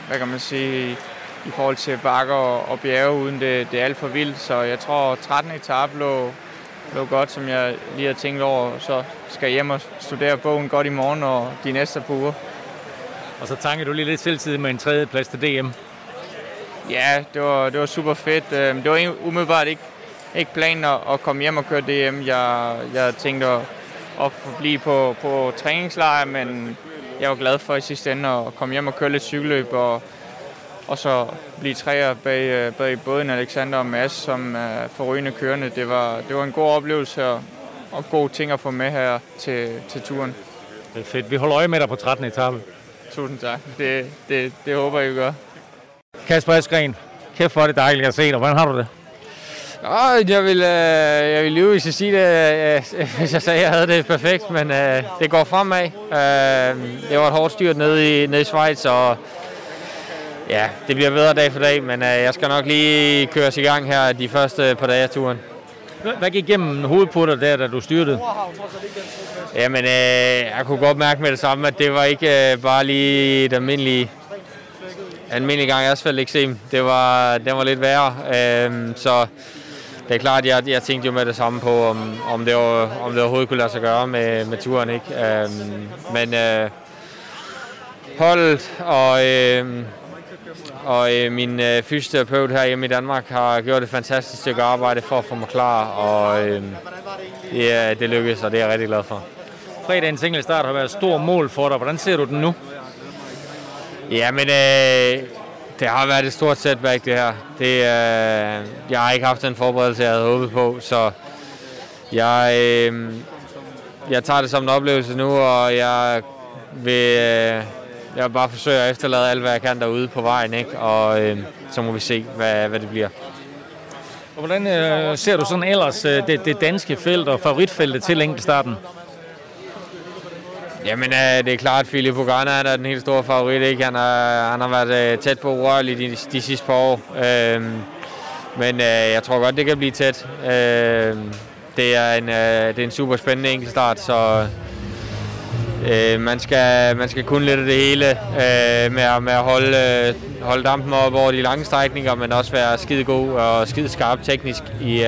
i forhold til bakker og bjerge, uden det er alt for vildt. Så jeg tror, 13. etape lå godt, som jeg lige har tænkt over. Så skal jeg hjem og studere bogen godt i morgen og de næste par uger. Og så tankede du lige lidt selvtid med en 3. plads til DM. Ja, det var super fedt. Det var umiddelbart ikke planen at komme hjem og køre DM. Jeg tænkte at blive på træningslejr, men jeg var glad for i sidste ende at komme hjem og køre lidt cykelløb, og så blive træer bag både en Alexander og Mads, som er forrygende kørende. Det var en god oplevelse og gode ting at få med her til turen. Det er fedt. Vi holder øje med dig på 13. etape. Tusind tak. Det håber jeg, I gør. Kasper Askren, kæft for det dejligt at se dig. Hvordan har du det? Jeg vil lyve, hvis jeg sige det, hvis jeg sagde, at jeg havde det perfekt, men det går fremad. Det var et hårdt styrt nede i Schweiz, og ja, det bliver bedre dag for dag, men jeg skal nok lige køres i gang her de første par dage af turen. Hvad gik igennem hovedet på dig der, da du styrtede? Jamen, jeg kunne godt mærke med det samme, at det var ikke bare lige et almindelig gang asfalteksem. Den var lidt værre, så det er klart, at jeg tænkte jo med det samme på, om det overhovedet kunne lade sig gøre med turen, ikke? Men holdet og min fysioterapeut her hjemme i Danmark har gjort et fantastisk stykke arbejde for at få mig klar, og det lykkedes, og det er jeg rigtig glad for. Fredagens enkeltstart har været et stort mål for dig. Hvordan ser du den nu? Jamen, det har været et stort setback, det her. Jeg har ikke haft den forberedelse, jeg havde håbet på, så jeg tager det som en oplevelse nu, og jeg vil bare forsøge at efterlade alt, hvad jeg kan derude på vejen, ikke? Og så må vi se, hvad det bliver. Og hvordan ser du sådan ellers det danske felt og favoritfeltet til enkeltstarten? Jamen, det er klart, Filip Ogana er den helt store favorit, ikke? Han har været tæt på urørlig de sidste par år. Men jeg tror godt, det kan blive tæt. Det er en super spændende enkeltstart, så man skal kunne lidt af det hele med at holde dampen op over de lange strækninger, men også være skide god og skide skarp teknisk i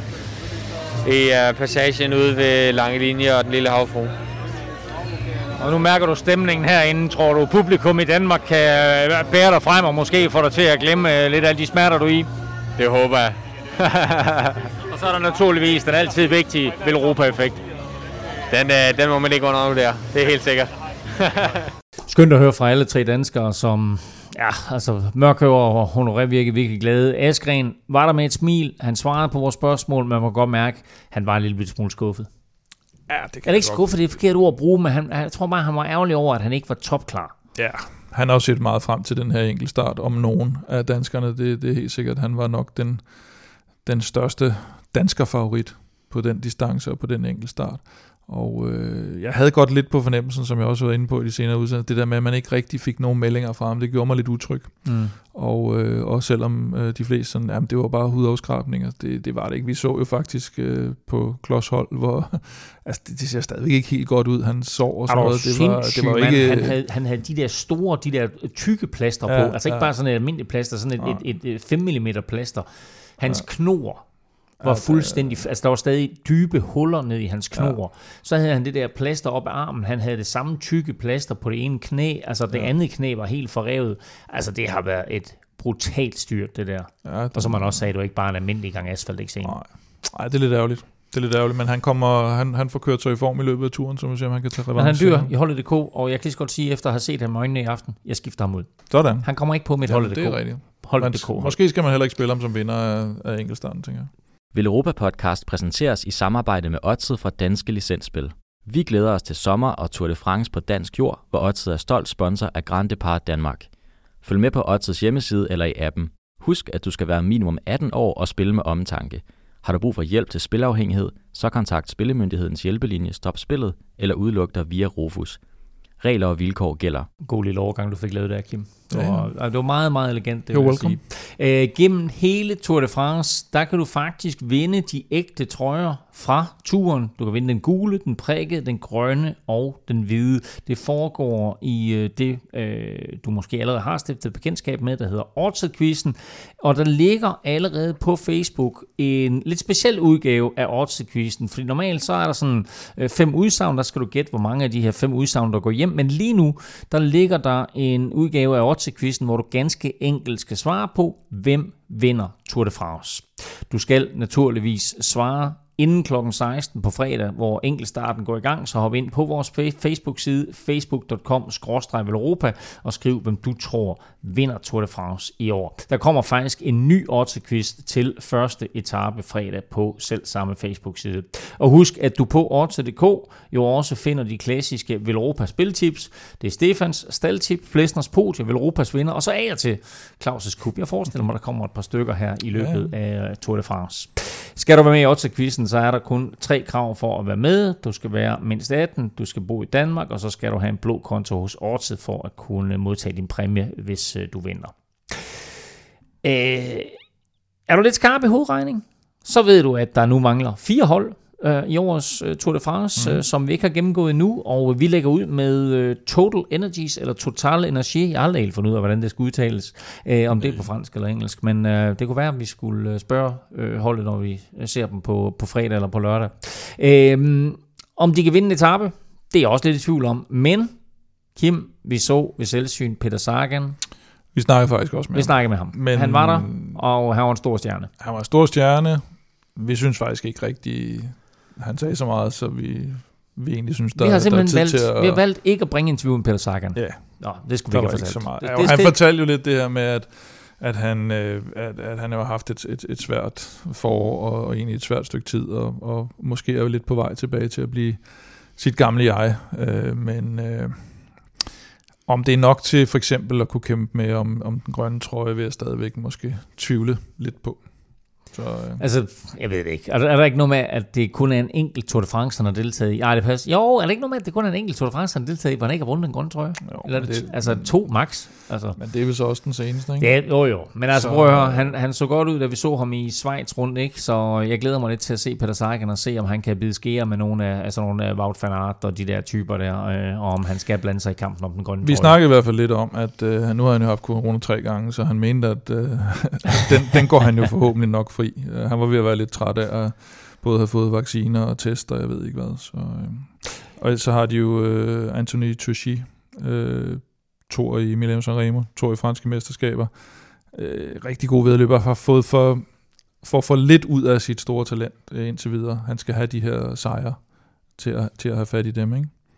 passagen ude ved lange linjer og den lille havfru. Og nu mærker du stemningen herinde. Tror du, publikum i Danmark kan bære dig frem og måske få dig til at glemme lidt af de smerter, du er i? Det håber jeg. Og så er der naturligvis den altid vigtige Velropa-effekt. Den må man ikke undervurdere. Det er helt sikkert. Skønt at høre fra alle 3 danskere, som Mørkøver og Honoré virkede virkelig glade. Askren var der med et smil. Han svarede på vores spørgsmål, man må godt mærke, at han var en lille smule skuffet. Ja, det er ikke skuffet, det er et forkert ord at bruge, men jeg tror bare, han var ærgerlig over, at han ikke var topklar. Ja, han har også set meget frem til den her enkeltstart om nogen af danskerne. Det er helt sikkert. Han var nok den største danskerfavorit på den distance og på den enkeltstart. Og jeg havde godt lidt på fornemmelsen, som jeg også var inde på i de senere udsendelser, det der med, at man ikke rigtig fik nogen meldinger fra ham, det gjorde mig lidt utryg. Og selvom de fleste sådan, jamen det var bare hudafskrabninger, det var det ikke. Vi så jo faktisk på klodshold, hvor altså det ser stadigvæk ikke helt godt ud. Han sov og sådan noget. Det var ikke... Han havde de der tykke plaster på, altså ikke bare sådan et almindeligt plaster, sådan et 5 mm plaster. Hans knor var fuldstændig, altså der var stadig dybe huller ned i hans knor. Så havde han det der plaster op af armen, han havde det samme tykke plaster på det ene knæ, altså det andet knæ var helt forrevet. Altså det har været et brutalt styrt, det der. Ja, og som man også sagde, det var ikke bare en almindelig gang asfalt, ikke sen. Nej, det er lidt ærgerligt. Men han får kørt sig i form i løbet af turen, så man siger, han kan tage revanche. Men han dyr i Holdet.dk, og jeg kan lige så godt sige, efter at have set ham i øjnene i aften, jeg skifter ham ud. Sådan. Han kommer ikke på mit Holdet.dk. Det er rigtigt. Måske skal man heller ikke spille ham som vinder af enkeltstarten, tænker jeg. Velropa Podcast præsenteres i samarbejde med Odset fra Danske Licensspil. Vi glæder os til sommer og Tour de France på dansk jord, hvor Odset er stolt sponsor af Grand Depart Danmark. Følg med på Odsets hjemmeside eller i appen. Husk, at du skal være minimum 18 år og spille med omtanke. Har du brug for hjælp til spilafhængighed, så kontakt Spillemyndighedens hjælpelinje Stop Spillet eller udluk dig via Rofus. Regler og vilkår gælder. God lille overgang, du fik lavet der, Kim. Det var meget, meget elegant, det vil jeg sige. Gennem hele Tour de France, der kan du faktisk vinde de ægte trøjer fra turen. Du kan vinde den gule, den prikkede, den grønne og den hvide. Det foregår i det, du måske allerede har stiftet bekendtskab med, der hedder Odset-quizzen. Og der ligger allerede på Facebook en lidt speciel udgave af Odset-quizzen. Fordi normalt så er der sådan 5 udsagn, der skal du gætte, hvor mange af de her 5 udsagn, der går hjem. Men lige nu, der ligger der en udgave af Odset-quizzen, hvor du ganske enkelt skal svare på, hvem vinder Tour de France. Du skal naturligvis svare inden kl. 16 på fredag, hvor enkeltstarten går i gang, så hop ind på vores Facebook-side, facebook.com/Velropa, og skriv, hvem du tror vinder Tour de France i år. Der kommer faktisk en ny Odset-quiz til første etape fredag på selv samme Facebook-side. Og husk, at du på Odset.dk jo også finder de klassiske Velropa spiltips. Det er Stefans staldtip, Plesners podie, Velropas vinder, og så af og til Claus' Cup. Jeg forestiller mig, der kommer et par stykker her i løbet af Tour de France. Skal du være med i Odset-quizzen, så er der kun 3 krav for at være med. Du skal være mindst 18, du skal bo i Danmark, og så skal du have en blå konto hos Odset for at kunne modtage din præmie, hvis du vinder. Er du lidt skarp i hovedregning, så ved du, at der nu mangler 4 hold i årets Tour de France, som vi ikke har gennemgået endnu, og vi lægger ud med Total Energies, eller Total Energy. Jeg har aldrig helt fundet ud af, hvordan det skal udtales, om det er på fransk eller engelsk, men det kunne være, at vi skulle spørge holdet, når vi ser dem på fredag eller på lørdag. Om de kan vinde en etape, det er jeg også lidt i tvivl om, men Kim, vi så ved selvsyn Peter Sagan. Vi snakkede faktisk også med ham. Men han var der, og han var en stor stjerne. Han var en stor stjerne. Vi synes faktisk ikke rigtig, han sagde så meget, så vi egentlig synes, der er tid til at... Vi har valgt ikke at bringe interview med Peter Sagan. Ja. Nå, det skulle vi ikke have fortalt. Så meget. Han fortalte jo lidt det her med, at han har haft et svært forår, og egentlig et svært stykke tid, og måske er jo lidt på vej tilbage til at blive sit gamle jeg. Men om det er nok til for eksempel at kunne kæmpe med om den grønne trøje, vil jeg stadigvæk måske tvivle lidt på. Så, altså, jeg ved det ikke. Er der ikke noget med, at det kun er en enkelt Tour de France, han har deltaget i? Ja, det passer. Jo, er der ikke noget med, at det kun er en enkelt Tour de France, han har deltaget i, hvor han ikke har vundet en grøn trøje? Jo, eller det, altså 2 max? Altså. Men det er vel så også den seneste, ikke? Ja, jo. Men altså, prøv at høre, han så godt ud, da vi så ham i Schweiz rundt, ikke? Så jeg glæder mig lidt til at se Peter Sagan og se, om han kan bide skære med nogle af Wout van Aert og de der typer der, og om han skal blande sig i kampen om den grønne trøje. Vi snakkede i hvert fald lidt om, at nu har han jo haft corona 3 gange, så han mente, at den går han jo forhåbentlig nok fri. Han var ved at være lidt træt af at både have fået vacciner og tester, jeg ved ikke hvad. Så, og så har de jo Anthony Turchi, Tour i Milano-San Remo, Tour i franske mesterskaber. Rigtig god vedløber, har fået for lidt ud af sit store talent indtil videre. Han skal have de her sejre til at have fat i dem,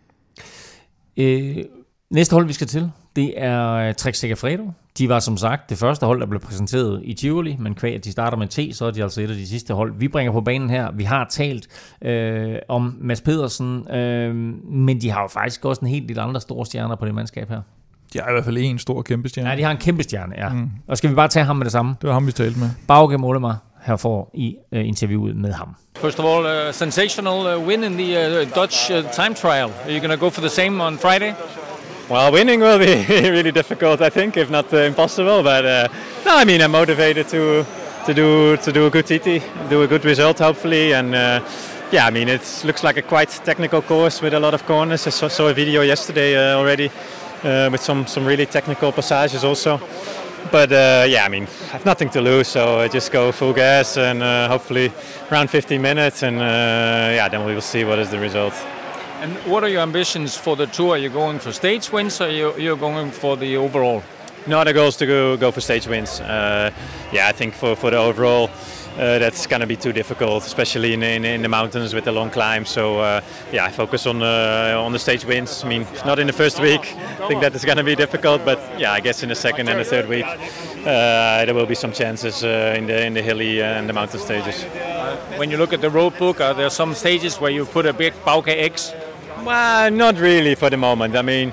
ikke? Næste hold, vi skal til, det er Trek Segafredo. De var som sagt det første hold, der blev præsenteret i Tivoli, men kvæg, at de starter med T, så er de altså et af de sidste hold, vi bringer på banen her. Vi har talt om Mads Pedersen, men de har jo faktisk også en helt lille andre store stjerner på det mandskab her. De har i hvert fald en stor kæmpe stjerne. Ja, de har en kæmpe stjerne, ja. Og skal vi bare tage ham med det samme? Det var ham, vi talte med. Bauke Mollema her får i interviewet med ham. First of all, sensational win in the Dutch time trial. Are you going to go for the same on Friday? Well, winning will be really difficult, I think, if not impossible. But no, I mean, I'm motivated to do a good TT, do a good result, hopefully. And yeah, I mean, it looks like a quite technical course with a lot of corners. I saw a video yesterday already with some really technical passages also. But yeah, I mean, I have nothing to lose, so I just go full gas and hopefully around 15 minutes, and yeah, then we will see what is the result. And what are your ambitions for the tour? Are you going for stage wins, or you're going for the overall? No, the goal is to go for stage wins. Yeah, I think for the overall, that's going to be too difficult, especially in the mountains with the long climb. So yeah, I focus on the stage wins. I mean, not in the first week. I think that is going to be difficult, but yeah, I guess in the second and the third week, there will be some chances in the hilly and the mountain stages. When you look at the road book, are there some stages where you put a big Bauke X? Well, not really for the moment. I mean,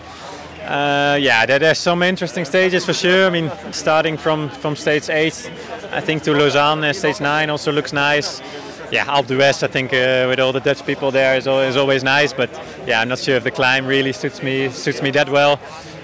yeah, there's some interesting stages for sure. I mean, starting from stage 8, I think, to Lausanne, stage 9 also looks nice. Yeah, Alpe d'Huez, I think, with all the Dutch people there is always nice. But yeah, I'm not sure if the climb really suits me that well.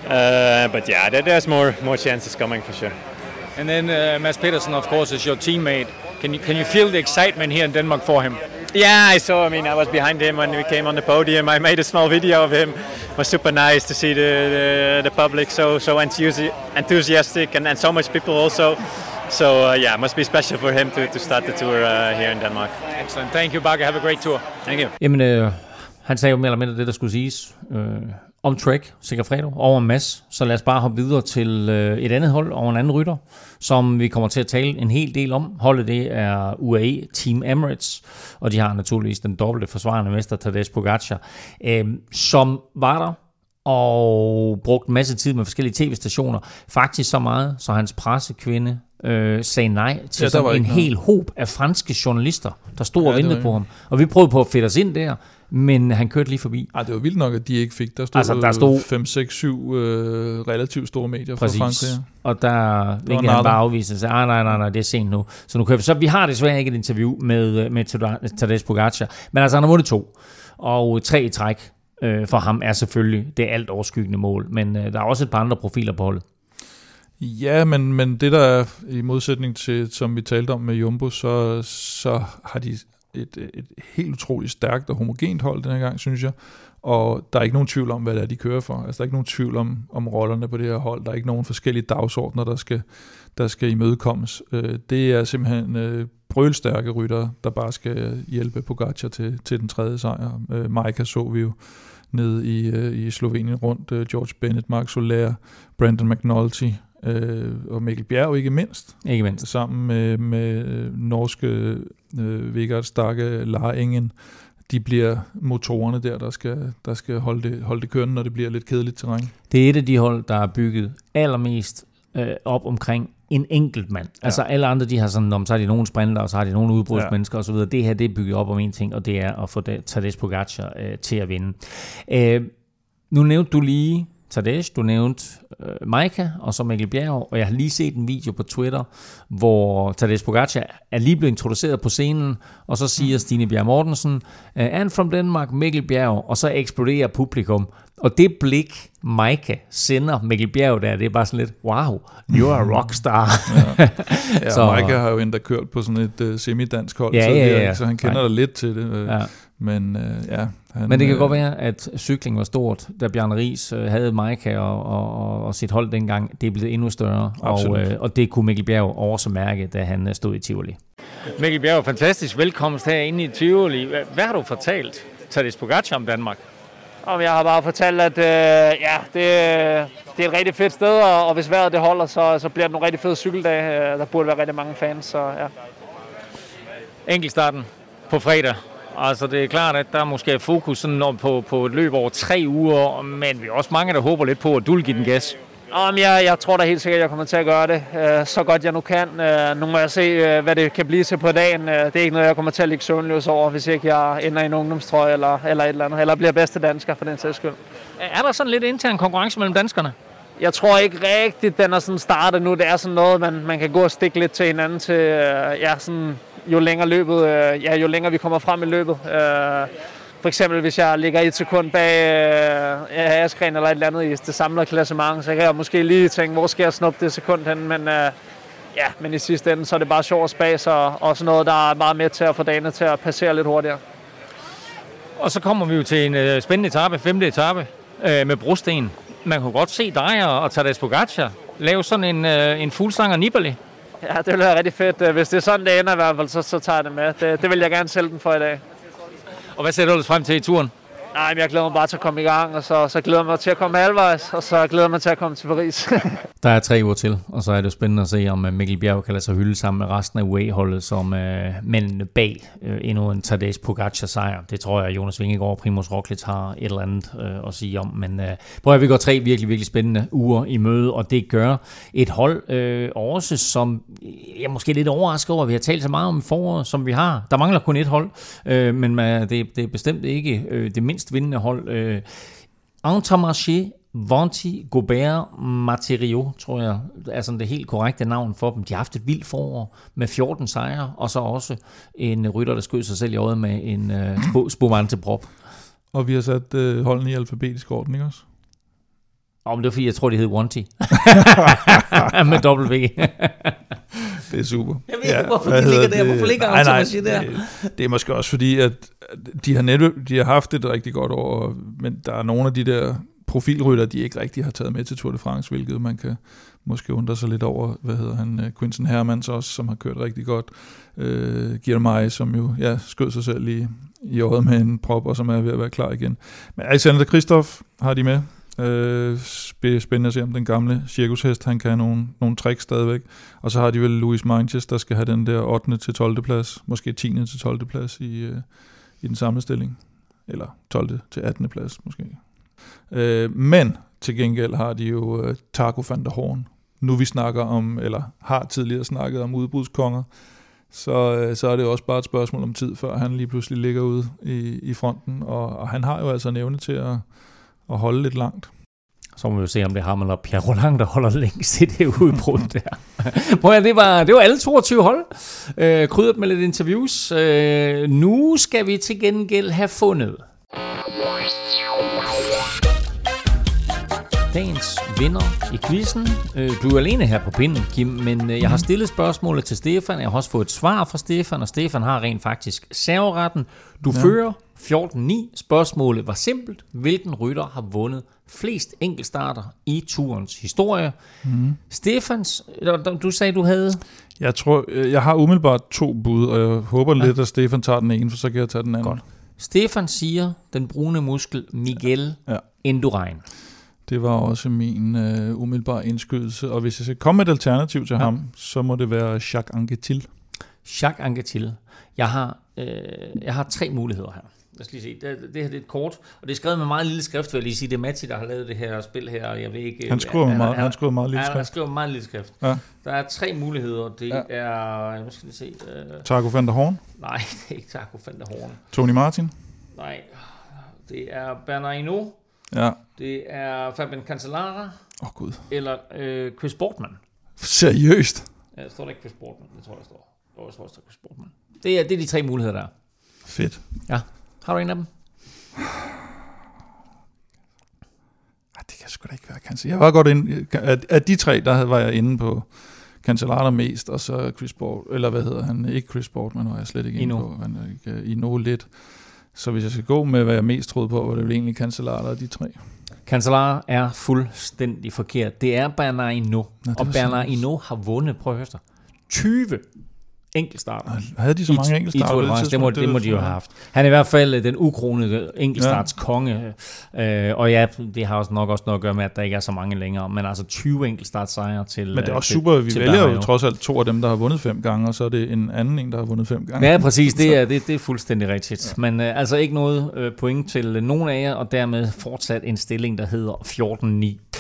But yeah, there's more chances coming for sure. And then Mads Pedersen, of course, is your teammate. Can you feel the excitement here in Denmark for him? Yeah, I saw. I mean, I was behind him when we came on the podium. I made a small video of him. It was super nice to see the public so enthusiastic and so much people also. So yeah, it must be special for him to start the tour here in Denmark. Excellent. Thank you, Bauke. Have a great tour. Thank you. Jamen, han sagde jo mere eller mindre det, der skulle siges om Trek Segafredo over Mads. Så lad os bare hoppe videre til et andet hold over en anden rytter, som vi kommer til at tale en hel del om. Holdet det er UAE Team Emirates, og de har naturligvis den dobbelte forsvarende mester Tadej Pogačar, som var der og brugte en masse tid med forskellige tv-stationer. Faktisk så meget, så hans pressekvinde sagde nej til en hel hob af franske journalister, der stod og ventede på ham. Og vi prøvede på at fedte os ind der, men han kørte lige forbi. Det var vildt nok, at de ikke fik. Der stod 5, 6, 7 relativt store medier fra Frankrig. Og der ville han bare afvise og sige, nej, det er sent nu. Så nu kører vi. Så vi har desværre ikke et interview med Tadej Pogačar, men altså han har vundet 2. Og 3 i træk for ham er selvfølgelig det alt overskyggende mål. Men der er også et par andre profiler på holdet. Ja, men det der er, i modsætning til, som vi talte om med Jumbo, så har de et helt utroligt stærkt og homogent hold den her gang, synes jeg. Og der er ikke nogen tvivl om, hvad det er, de kører for. Altså, der er ikke nogen tvivl om rollerne på det her hold. Der er ikke nogen forskellige dagsordner, der skal imødekommes. Det er simpelthen brølstærke ryttere, der bare skal hjælpe Pogačar til den 3. sejr. Majka så vi jo nede i Slovenien rundt. George Bennett, Marc Soler, Brandon McNulty, og Mikkel Bjerg ikke mindst. Sammen med norske Vegard Starke, Lara Engen. De bliver motorerne der skal holde det kørende, når det bliver lidt kedeligt terræn. Det er et af de hold, der er bygget allermest op omkring en enkelt mand. Ja. Altså alle andre, de har sådan, så har de nogle sprinter, og så har de nogle udbrudsmennesker osv. Det her, det er bygget op om en ting, og det er at få Tadej Pogačar til at vinde. Nu nævnte du lige Tadej, du nævnte Majka og så Mikkel Bjerg, og jeg har lige set en video på Twitter, hvor Tadej Pogačar er lige blevet introduceret på scenen, og så siger Stine Bjerg Mortensen, and from Denmark, Mikkel Bjerg, og så eksploderer publikum. Og det blik, Majka sender Mikkel Bjerg der, det er bare sådan lidt, wow, you're a rockstar. Ja, så Majka har jo endda kørt på sådan et semidansk hold, så han kender der lidt til det. Ja. Men men det kan godt være, at cykling var stort, da Bjarne Riis havde Majka og sit hold dengang. Det er blevet endnu større, og det kunne Mikkel Bjerg også mærke, da han stod i Tivoli. Mikkel Bjerg, fantastisk velkomst herinde i Tivoli. Hvad har du fortalt Tadej Pogačar om Danmark? Jeg har bare fortalt, at det er et rigtig fedt sted, og hvis vejret det holder, så bliver det nogle rigtig fede cykeldag. Der burde være rigtig mange fans, så ja. Enkeltstarten på fredag. Altså det er klart, at der er måske fokus sådan på et løb over 3 uger, men vi er også mange, der håber lidt på, at du vil give den gas. Jeg tror da helt sikkert, at jeg kommer til at gøre det så godt jeg nu kan. Nu må jeg se, hvad det kan blive til på dagen. Det er ikke noget, jeg kommer til at ligge søvnløs over, hvis ikke jeg ender i en ungdomstrøje eller et eller andet. Eller bliver bedste dansker for den sags skyld. Er der sådan lidt intern konkurrence mellem danskerne? Jeg tror ikke rigtigt, den er sådan startet nu. Det er sådan noget, man kan gå og stikke lidt til hinanden til, sådan, jo længere vi kommer frem i løbet. For eksempel, hvis jeg ligger 1 sekund bag Askren eller et eller andet i det samlede klassement, så kan jeg måske lige tænke, hvor skal jeg snuppe det sekund hen, men i sidste ende, så er det bare sjov og spas og sådan noget, der er meget med til at få dagene til at passere lidt hurtigere. Og så kommer vi jo til en spændende etape, 5. etape med brosten. Man kunne godt se dig og Tadej Pogačar lave sådan en fuldstang af Nibali. Ja, det ville være rigtig fedt. Hvis det er sådan, det ender i hvert fald, så tager jeg det med. Det vil jeg gerne sælge den for i dag. Og hvad sætter du frem til i turen? Nej, men jeg glæder mig bare til at komme i gang, og så glæder jeg mig til at komme halvvejs, og så glæder jeg mig til at komme til Paris. Der er 3 uger til, og så er det jo spændende at se, om Mikkel Bjerg kan lade sig hylde sammen med resten af UAE-holdet som mændene bag endnu en Tadej Pogačar-sejr. Det tror jeg, Jonas Vingegaard og Primož Roglič har et eller andet at sige om. Men prøv at vi går 3 virkelig, virkelig spændende uger i møde, og det gør et hold også, som jeg er måske lidt overrasket over, at vi har talt så meget om foråret, som vi har. Der mangler kun et hold, men det er bestemt ikke det mindst vindende hold. Intermarché, Vanti, Gobert, Materio, tror jeg, er sådan det helt korrekte navn for dem. De har haft et vildt forår med 14 sejre, og så også en rytter, der skød sig selv i øjet med en spumante prop. Og vi har sat holdene i alfabetisk orden, ikke også? Men det var fordi, jeg tror, det hed Wanty. Med W. Det er super. Jeg ved ikke, hvorfor de ligger der. Hvorfor ligger Intermarché der? Det er måske også fordi, at de har haft et rigtig godt år, men der er nogle af de der profilrytter, de ikke rigtig har taget med til Tour de France, hvilket man kan måske undre sig lidt over. Quinten Hermans også, som har kørt rigtig godt. Girmay, som jo skød sig selv i øjet med en prop, og som er ved at være klar igen. Men Alexander Kristoff har de med. Spændende at se, om den gamle cirkushest, han kan nogle tricks stadigvæk. Og så har de vel Luis Meintjes, der skal have den der 8. til 12. plads, måske 10. til 12. plads i den samlede stilling. Eller 12. til 18. plads måske. Men til gengæld har de jo Taco van der Horn. Nu vi snakker om, eller har tidligere snakket om udbrudskonger, så er det også bare et spørgsmål om tid, før han lige pludselig ligger ude i fronten. Og han har jo altså en evne til at holde lidt langt. Så må vi jo se, om det er ham eller Pierre Roland, der holder længst i det udbrud der. Det var alle 22 hold. Krydret med lidt interviews. Nu skal vi til gengæld have fundet dagens vinder i quizzen. Du er alene her på pinden, Kim, men jeg har stillet spørgsmålet til Stefan. Jeg har også fået et svar fra Stefan, og Stefan har rent faktisk serveretten. Du fører 14-9. Spørgsmålet var simpelt. Hvilken rytter har vundet flest enkeltstarter i turens historie? Stefans, du sagde, du havde... Jeg tror, jeg har umiddelbart 2 bud, og jeg håber lidt, at Stefan tager den ene, for så kan jeg tage den anden. Godt. Stefan siger, den brune muskel Miguel Indurain. Det var også min umiddelbare indskydelse, og hvis jeg skal komme med et alternativ til ham, så må det være Jacques Anquetil. Jacques Anquetil. Jeg har 3 muligheder her. Lad os lige se. Det her er et kort, og det er skrevet med meget lille skrift, vil jeg lige sige. Det er Matti, der har lavet det her spil her, og jeg ved ikke... Han skriver meget lille skrift. Han skriver meget lille skrift. Ja. Der er 3 muligheder. Det er... Nu skal vi se... Taco van der Horn? Nej, det er ikke Taco van der Horn. Tony Martin? Nej, det er Bernard Hinault. Ja. Det er Fabian Cancellara. Gud. Eller Chris Boardman. Seriøst? Ja, der står der ikke Chris Boardman. Det tror jeg, der står. Jeg tror også, der er Chris Boardman. Det er de 3 muligheder, der er. Fedt. Ja. Har du en af dem? Det kan sgu da ikke være Cancellara. Jeg var godt inde... Af de 3, der var jeg inde på Cancellara mest, og så Chris Boardman... Eller hvad hedder han? Ikke Chris Boardman, var jeg slet ikke inde på. Ino lidt. Så hvis jeg skal gå med, hvad jeg mest troede på, var det vel egentlig Cancellara og de 3. Cancellara er fuldstændig forkert. Det er Bernard Hinault. Og Bernard Hinault har vundet, prøv at høre efter, 20 enkeltstarter. Havde de så mange enkeltstarter? Det må de jo have haft. Han er i hvert fald den ukronede enkeltstarts konge. Og ja, det har også nok også noget at gøre med, at der ikke er så mange længere. Men altså 20 enkeltstartsejre til... Men det er også super, vi vælger jo trods alt 2 af dem, der har vundet 5 gange, og så er det en anden en, der har vundet 5 gange. Ja, præcis. Det er fuldstændig rigtigt. Ja. Men altså ikke noget point til nogen af jer, og dermed fortsat en stilling, der hedder 14-9.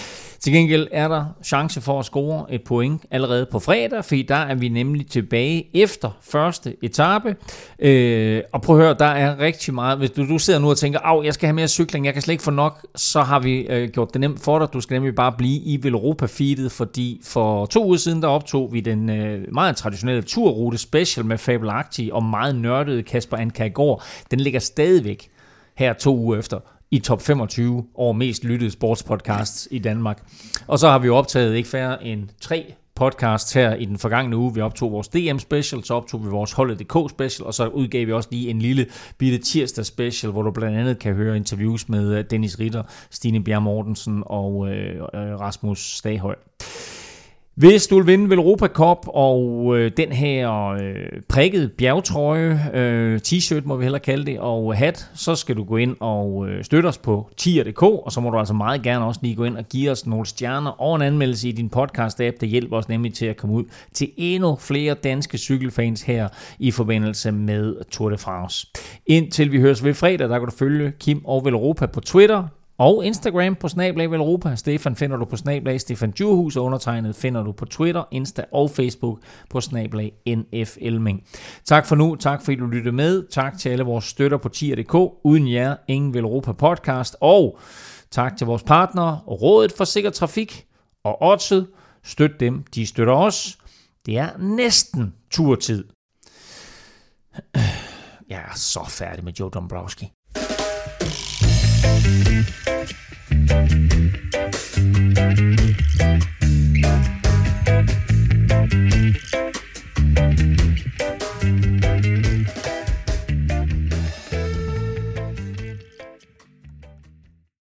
Til gengæld er der chance for at score et point allerede på fredag, fordi der er vi nemlig tilbage efter første etape. Og prøv at høre, der er rigtig meget. Hvis du sidder nu og tænker, jeg skal have mere cykling, jeg kan slet ikke få nok, så har vi gjort det nemt for dig. Du skal nemlig bare blive i Velropa-feedet, fordi for 2 uger siden, der optog vi den meget traditionelle turrute special med fabelagtige og meget nørdede Kasper Ankergaard. Den ligger stadigvæk her 2 uger efter i top 25 over mest lyttede sportspodcasts i Danmark. Og så har vi jo optaget ikke færre end 3 podcasts her i den forgangne uge. Vi optog vores DM special, så optog vi vores Holdet.dk special, og så udgav vi også lige en lille bitte tirsdag special, hvor du blandt andet kan høre interviews med Dennis Ritter, Stine Bjerg Mortensen og Rasmus Staghøj. Hvis du vil vinde Velropa Cup og den her prikket bjergtrøje, t-shirt må vi hellere kalde det, og hat, så skal du gå ind og støtte os på tier.dk, og så må du altså meget gerne også lige gå ind og give os nogle stjerner og en anmeldelse i din podcast-app. Det hjælper os nemlig til at komme ud til endnu flere danske cykelfans her i forbindelse med Tour de France. Indtil vi høres ved fredag, der kan du følge Kim og Velropa på Twitter og Instagram på @Velropa. Stefan finder du på @Stefan Djurhus, og undertegnet finder du på Twitter, Insta og Facebook på @NFElming. Tak for nu, tak fordi du lyttede med. Tak til alle vores støtter på tier.dk. Uden jer, ingen Velropa podcast. Og tak til vores partnere, Rådet for Sikker Trafik og Odset. Støt dem, de støtter os. Det er næsten turtid. Jeg er så færdig med Joe Dombrowski. Thank you.